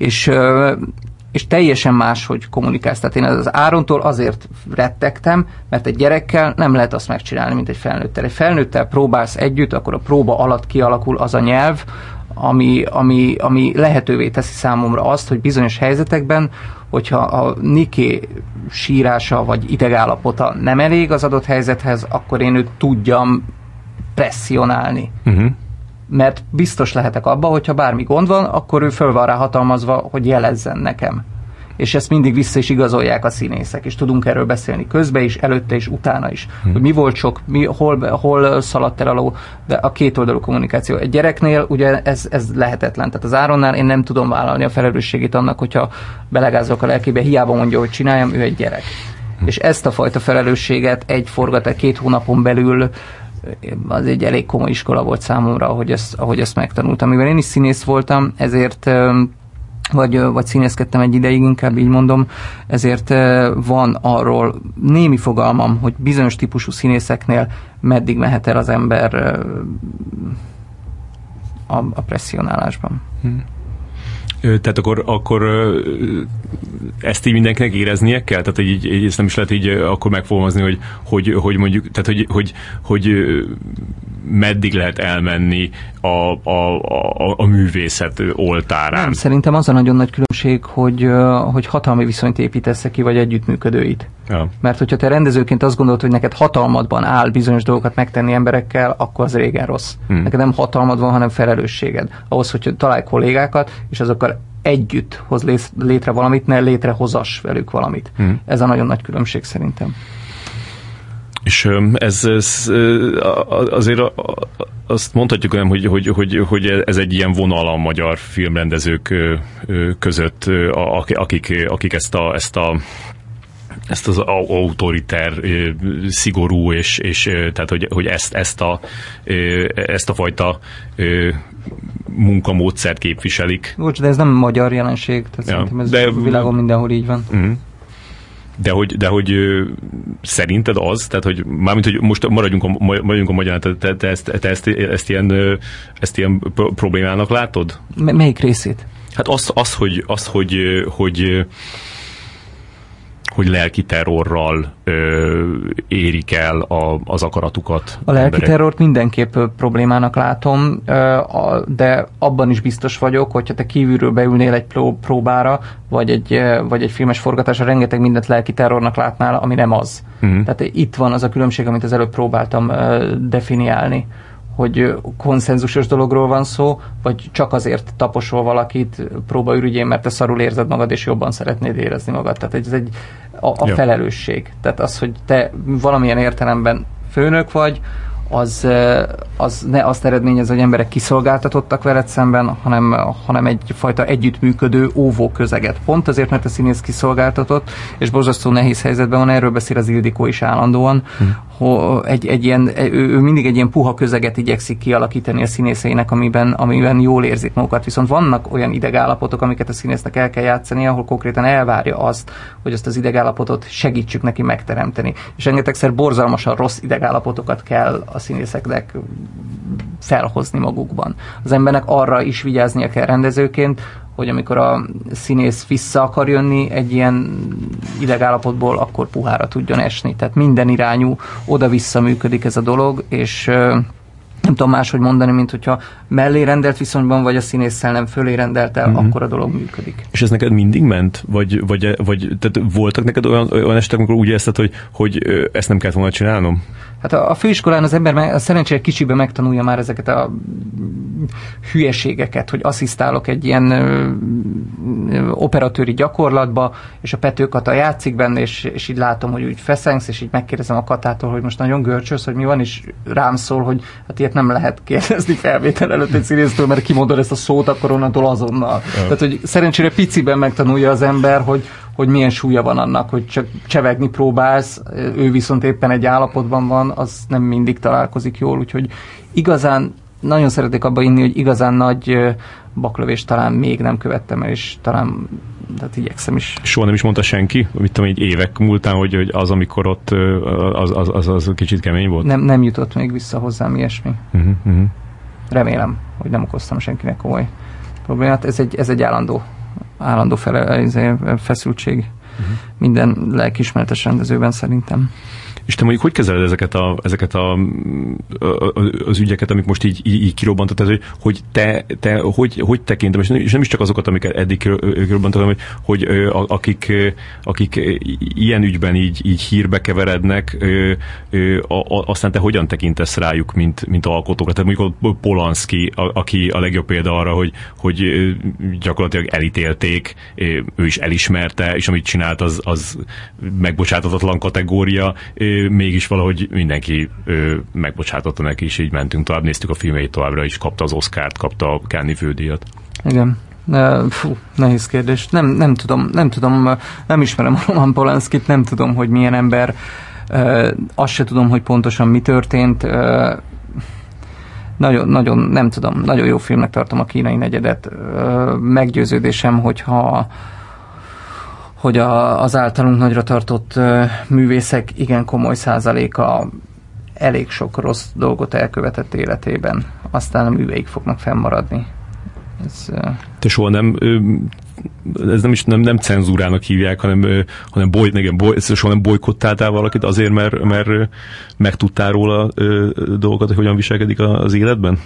És teljesen máshogy kommunikálsz. Tehát én az Árontól azért rettegtem, mert egy gyerekkel nem lehet azt megcsinálni, mint egy felnőttel. Egy felnőttel próbálsz együtt, akkor a próba alatt kialakul az a nyelv, ami lehetővé teszi számomra azt, hogy bizonyos helyzetekben, hogyha a Niké sírása vagy idegállapota nem elég az adott helyzethez, akkor én őt tudjam presszionálni. Mert biztos lehetek abban, hogyha bármi gond van, akkor ő föl van rá hatalmazva, hogy jelezzen nekem. És ezt mindig vissza is igazolják a színészek, és tudunk erről beszélni közben is, előtte is, utána is. Hogy mi volt sok, hol szaladt el a ló, de a kétoldalú kommunikáció. Egy gyereknél ugye ez lehetetlen. Tehát az Áronnál én nem tudom vállalni a felelősségét annak, hogyha belegázolok a lelkébe, hiába mondja, hogy csináljam, ő egy gyerek. És ezt a fajta felelősséget egy forgatás 2 hónapon belül az egy elég komoly iskola volt számomra, ahogy ezt megtanultam. Mivel én is színész voltam, ezért vagy színészkedtem egy ideig, inkább így mondom, ezért van arról némi fogalmam, hogy bizonyos típusú színészeknél meddig mehet el az ember a presszionálásban. Tehát akkor ezt így mindenkinek éreznie kell? Tehát így ezt nem is lehet így akkor megfogalmazni, hogy mondjuk, tehát hogy meddig lehet elmenni a művészet oltárán? Nem, szerintem az a nagyon nagy különbség, hogy hatalmi viszonyt építesz ki, vagy együttműködőit. Ja. Mert hogyha te rendezőként azt gondolod, hogy neked hatalmadban áll bizonyos dolgokat megtenni emberekkel, akkor az régen rossz. Neked nem hatalmad van, hanem felelősséged. Ahhoz, hogy találj kollégákat, és azokkal együtt hoz létre valamit, ne létrehozass velük valamit. Ez a nagyon nagy különbség szerintem. És ez azért azt mondhatjuk, nem, hogy ez egy ilyen vonal a magyar filmrendezők között, akik ezt az autoriter, szigorú, és tehát, hogy ezt a fajta munkamódszert képviselik. Bocs, de ez nem magyar jelenség, tehát szerintem ez világon mindenhol így van. De hogy szerinted az, tehát hogy mármint, hogy most maradjunk a magyar, te ezt ilyen problémának látod? Melyik részét? Hát hogy lelki terrorral érik el az akaratukat. A lelki terrort mindenképp problémának látom, de abban is biztos vagyok, hogyha te kívülről beülnél egy próbára, vagy egy filmes forgatásra, rengeteg mindent lelki terrornak látnál, ami nem az. Tehát itt van az a különbség, amit az előbb próbáltam definiálni, hogy konszenzusos dologról van szó, vagy csak azért taposol valakit próbaürügyén, mert te szarul érzed magad, és jobban szeretnéd érezni magad. Tehát ez a felelősség. Tehát az, hogy te valamilyen értelemben főnök vagy, az ne azt eredményez, hogy emberek kiszolgáltatottak veled szemben, hanem egyfajta együttműködő óvó közeget. Pont azért, mert a színész kiszolgáltatott, és borzasztó nehéz helyzetben van, erről beszél az Ildikó is állandóan, ő mindig egy ilyen puha közeget igyekszik kialakítani a színészeinek, amiben jól érzik magukat. Viszont vannak olyan idegállapotok, amiket a színésznek el kell játszani, ahol konkrétan elvárja azt, hogy azt az idegállapotot segítsük neki megteremteni. És rengetegszer borzalmasan rossz idegállapotokat kell a színészeknek felhozni magukban. Az embernek arra is vigyáznia kell rendezőként, hogy amikor a színész vissza akar jönni egy ilyen idegállapotból, akkor puhára tudjon esni. Tehát minden irányú oda-vissza működik ez a dolog, és nem tudom máshogy mondani, mint hogyha mellé rendelt viszonyban vagy a színésszel nem fölé rendelt el, akkor a dolog működik. És ez neked mindig ment? Vagy tehát voltak neked olyan esetek, amikor úgy érzted, hogy ezt nem kellett volna csinálnom? Hát a főiskolán az ember szerencsére kicsiben megtanulja már ezeket a hülyeségeket, hogy asszisztálok egy ilyen operatőri gyakorlatba, és a Pető Kata játszik benne, és így látom, hogy úgy feszengsz, és így megkérdezem a Katától, hogy most nagyon görcsös, hogy mi van, és rám szól, hogy hát ilyet nem lehet kérdezni felvétel előtt egy színésztől, mert kimondod ezt a szót, akkor onnantól azonnal. Tehát, hogy szerencsére piciben megtanulja az ember, hogy milyen súlya van annak, hogy csak csevegni próbálsz, ő viszont éppen egy állapotban van, az nem mindig találkozik jól, úgyhogy igazán nagyon szeretnék abba inni, hogy igazán nagy baklövést talán még nem követtem el, és talán tehát igyekszem is. Soha nem is mondta senki? Mit tudom, egy évek múltán, hogy az, amikor ott az kicsit kemény volt? Nem jutott még vissza hozzám ilyesmi. Remélem, hogy nem okoztam senkinek komoly problémát. Ez egy állandó feszültség minden lelkiismeretes rendezőben szerintem. És te mondjuk hogy kezeled ezeket az ügyeket, amik most így kirobbantott, hogy te hogy tekintem, és nem is csak azokat, amiket eddig kirobbantott, hogy akik ilyen ügyben így hírbe keverednek, aztán te hogyan tekintesz rájuk, mint alkotókra? Tehát mondjuk Polanski, aki a legjobb példa arra, hogy gyakorlatilag elítélték, ő is elismerte, és amit csinált, az megbocsátatatlan kategória, mégis valahogy mindenki megbocsátotta neki, és így mentünk tovább, néztük a filmeit továbbra is, kapta az Oscart, kapta a Cannes-i fődíjat. Igen. Nehéz kérdés. Nem tudom, nem ismerem a Roman Polanskit, nem tudom, hogy milyen ember, azt se tudom, hogy pontosan mi történt. Nagyon nem tudom, nagyon jó filmnek tartom a Kínai negyedet. Meggyőződésem, hogy az általunk nagyra tartott művészek igen komoly százaléka elég sok rossz dolgot elkövetett életében. Aztán a műveik fognak fennmaradni. Te soha ez nem cenzúrának hívják, hanem soha nem bolykottáltál valakit azért, mert megtudtál róla dolgokat, hogy hogyan viselkedik az életben?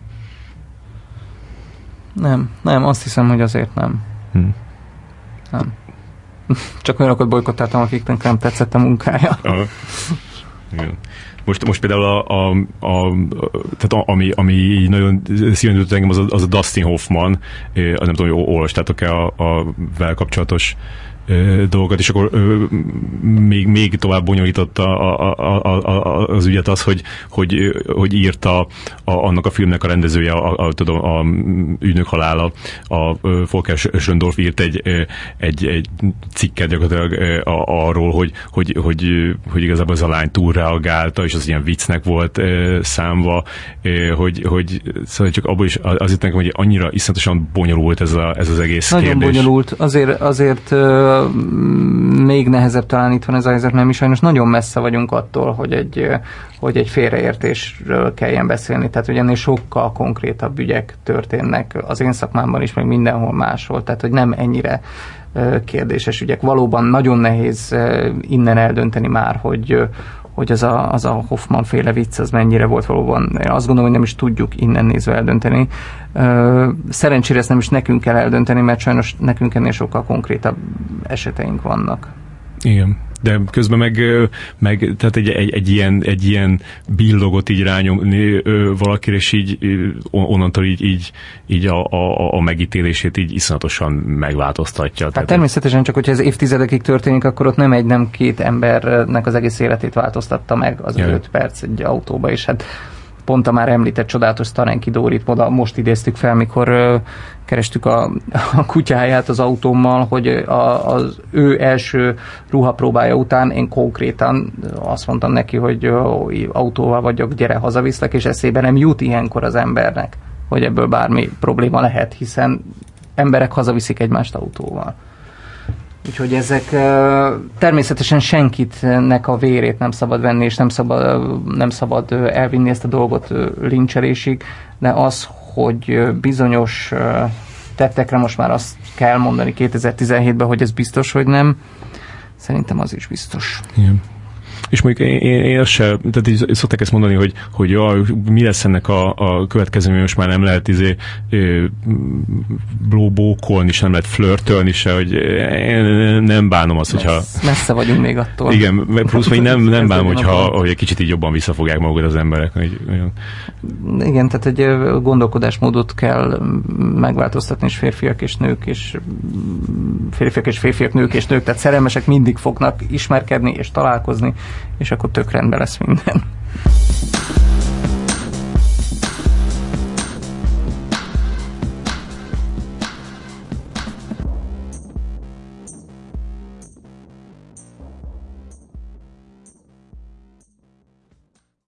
Nem, azt hiszem, hogy azért nem. Nem. Csak olyanokat bolykottáltam, akiknek nem tetszett a munkája. Igen. Most például tehát ami nagyon szíven jutott engem, az a Dustin Hoffman, nem tudom, hogy olvastátok-e a vele kapcsolatos dolgokat, és akkor még tovább bonyolította az ügyet az, hogy írta annak a filmnek a rendezője, a Ügynök halála, a Volker Schlöndorff írt egy cikket gyakorlatilag arról, hogy igazából ez a lány túl reagálta, és az ilyen viccnek volt számva, hogy szóval csak abból is azért nekem, hogy annyira iszonyatosan bonyolult ez az egész nagyon kérdés. Nagyon bonyolult, azért még nehezebb talán itt van ez a helyzet, mert mi sajnos nagyon messze vagyunk attól, hogy egy félreértésről kelljen beszélni. Tehát, hogy ennél sokkal konkrétabb ügyek történnek az én szakmámban is, meg mindenhol máshol. Tehát, hogy nem ennyire kérdéses ügyek. Valóban nagyon nehéz innen eldönteni már, hogy az a Hoffman féle vicc az mennyire volt valóban. Én azt gondolom, hogy nem is tudjuk innen nézve eldönteni. Szerencsére ezt nem is nekünk kell eldönteni, mert sajnos nekünk ennél sokkal konkrétabb eseteink vannak. Igen. De közben meg tehát egy ilyen billogot így rányomni valakire, és így onnantól így a megítélését így iszonyatosan megváltoztatja. Hát természetesen csak, hogyha ez évtizedekig történik, akkor ott nem két embernek az egész életét változtatta meg az 5 perc egy autóba, és hát pont a már említett csodálatos Starenki Dórit most idéztük fel, mikor kerestük a kutyáját az autómmal, hogy az ő első ruhapróbája után én konkrétan azt mondtam neki, hogy autóval vagyok, gyere, hazaviszlek, és eszébe nem jut ilyenkor az embernek, hogy ebből bármi probléma lehet, hiszen emberek hazaviszik egymást autóval. Úgyhogy ezek természetesen senkitnek a vérét nem szabad venni, és nem szabad elvinni ezt a dolgot lincselésig, de az, hogy bizonyos tettekre most már azt kell mondani 2017-ben, hogy ez biztos, hogy nem, szerintem az is biztos. Igen. És mondjuk én azt sem, tehát így szokták ezt mondani, hogy mi lesz ennek a következő, most már nem lehet blóbókolni, és nem lehet flörtölni se, hogy én nem bánom azt, hogyha... Messze vagyunk még attól. Igen, plusz még nem bánom, hogy egy kicsit így jobban visszafogják magukat az emberek. Igen, tehát egy gondolkodásmódot kell megváltoztatni, és férfiak és nők, és férfiak, nők és nők, tehát szerelmesek mindig fognak ismerkedni és találkozni, és akkor tök rendben lesz minden.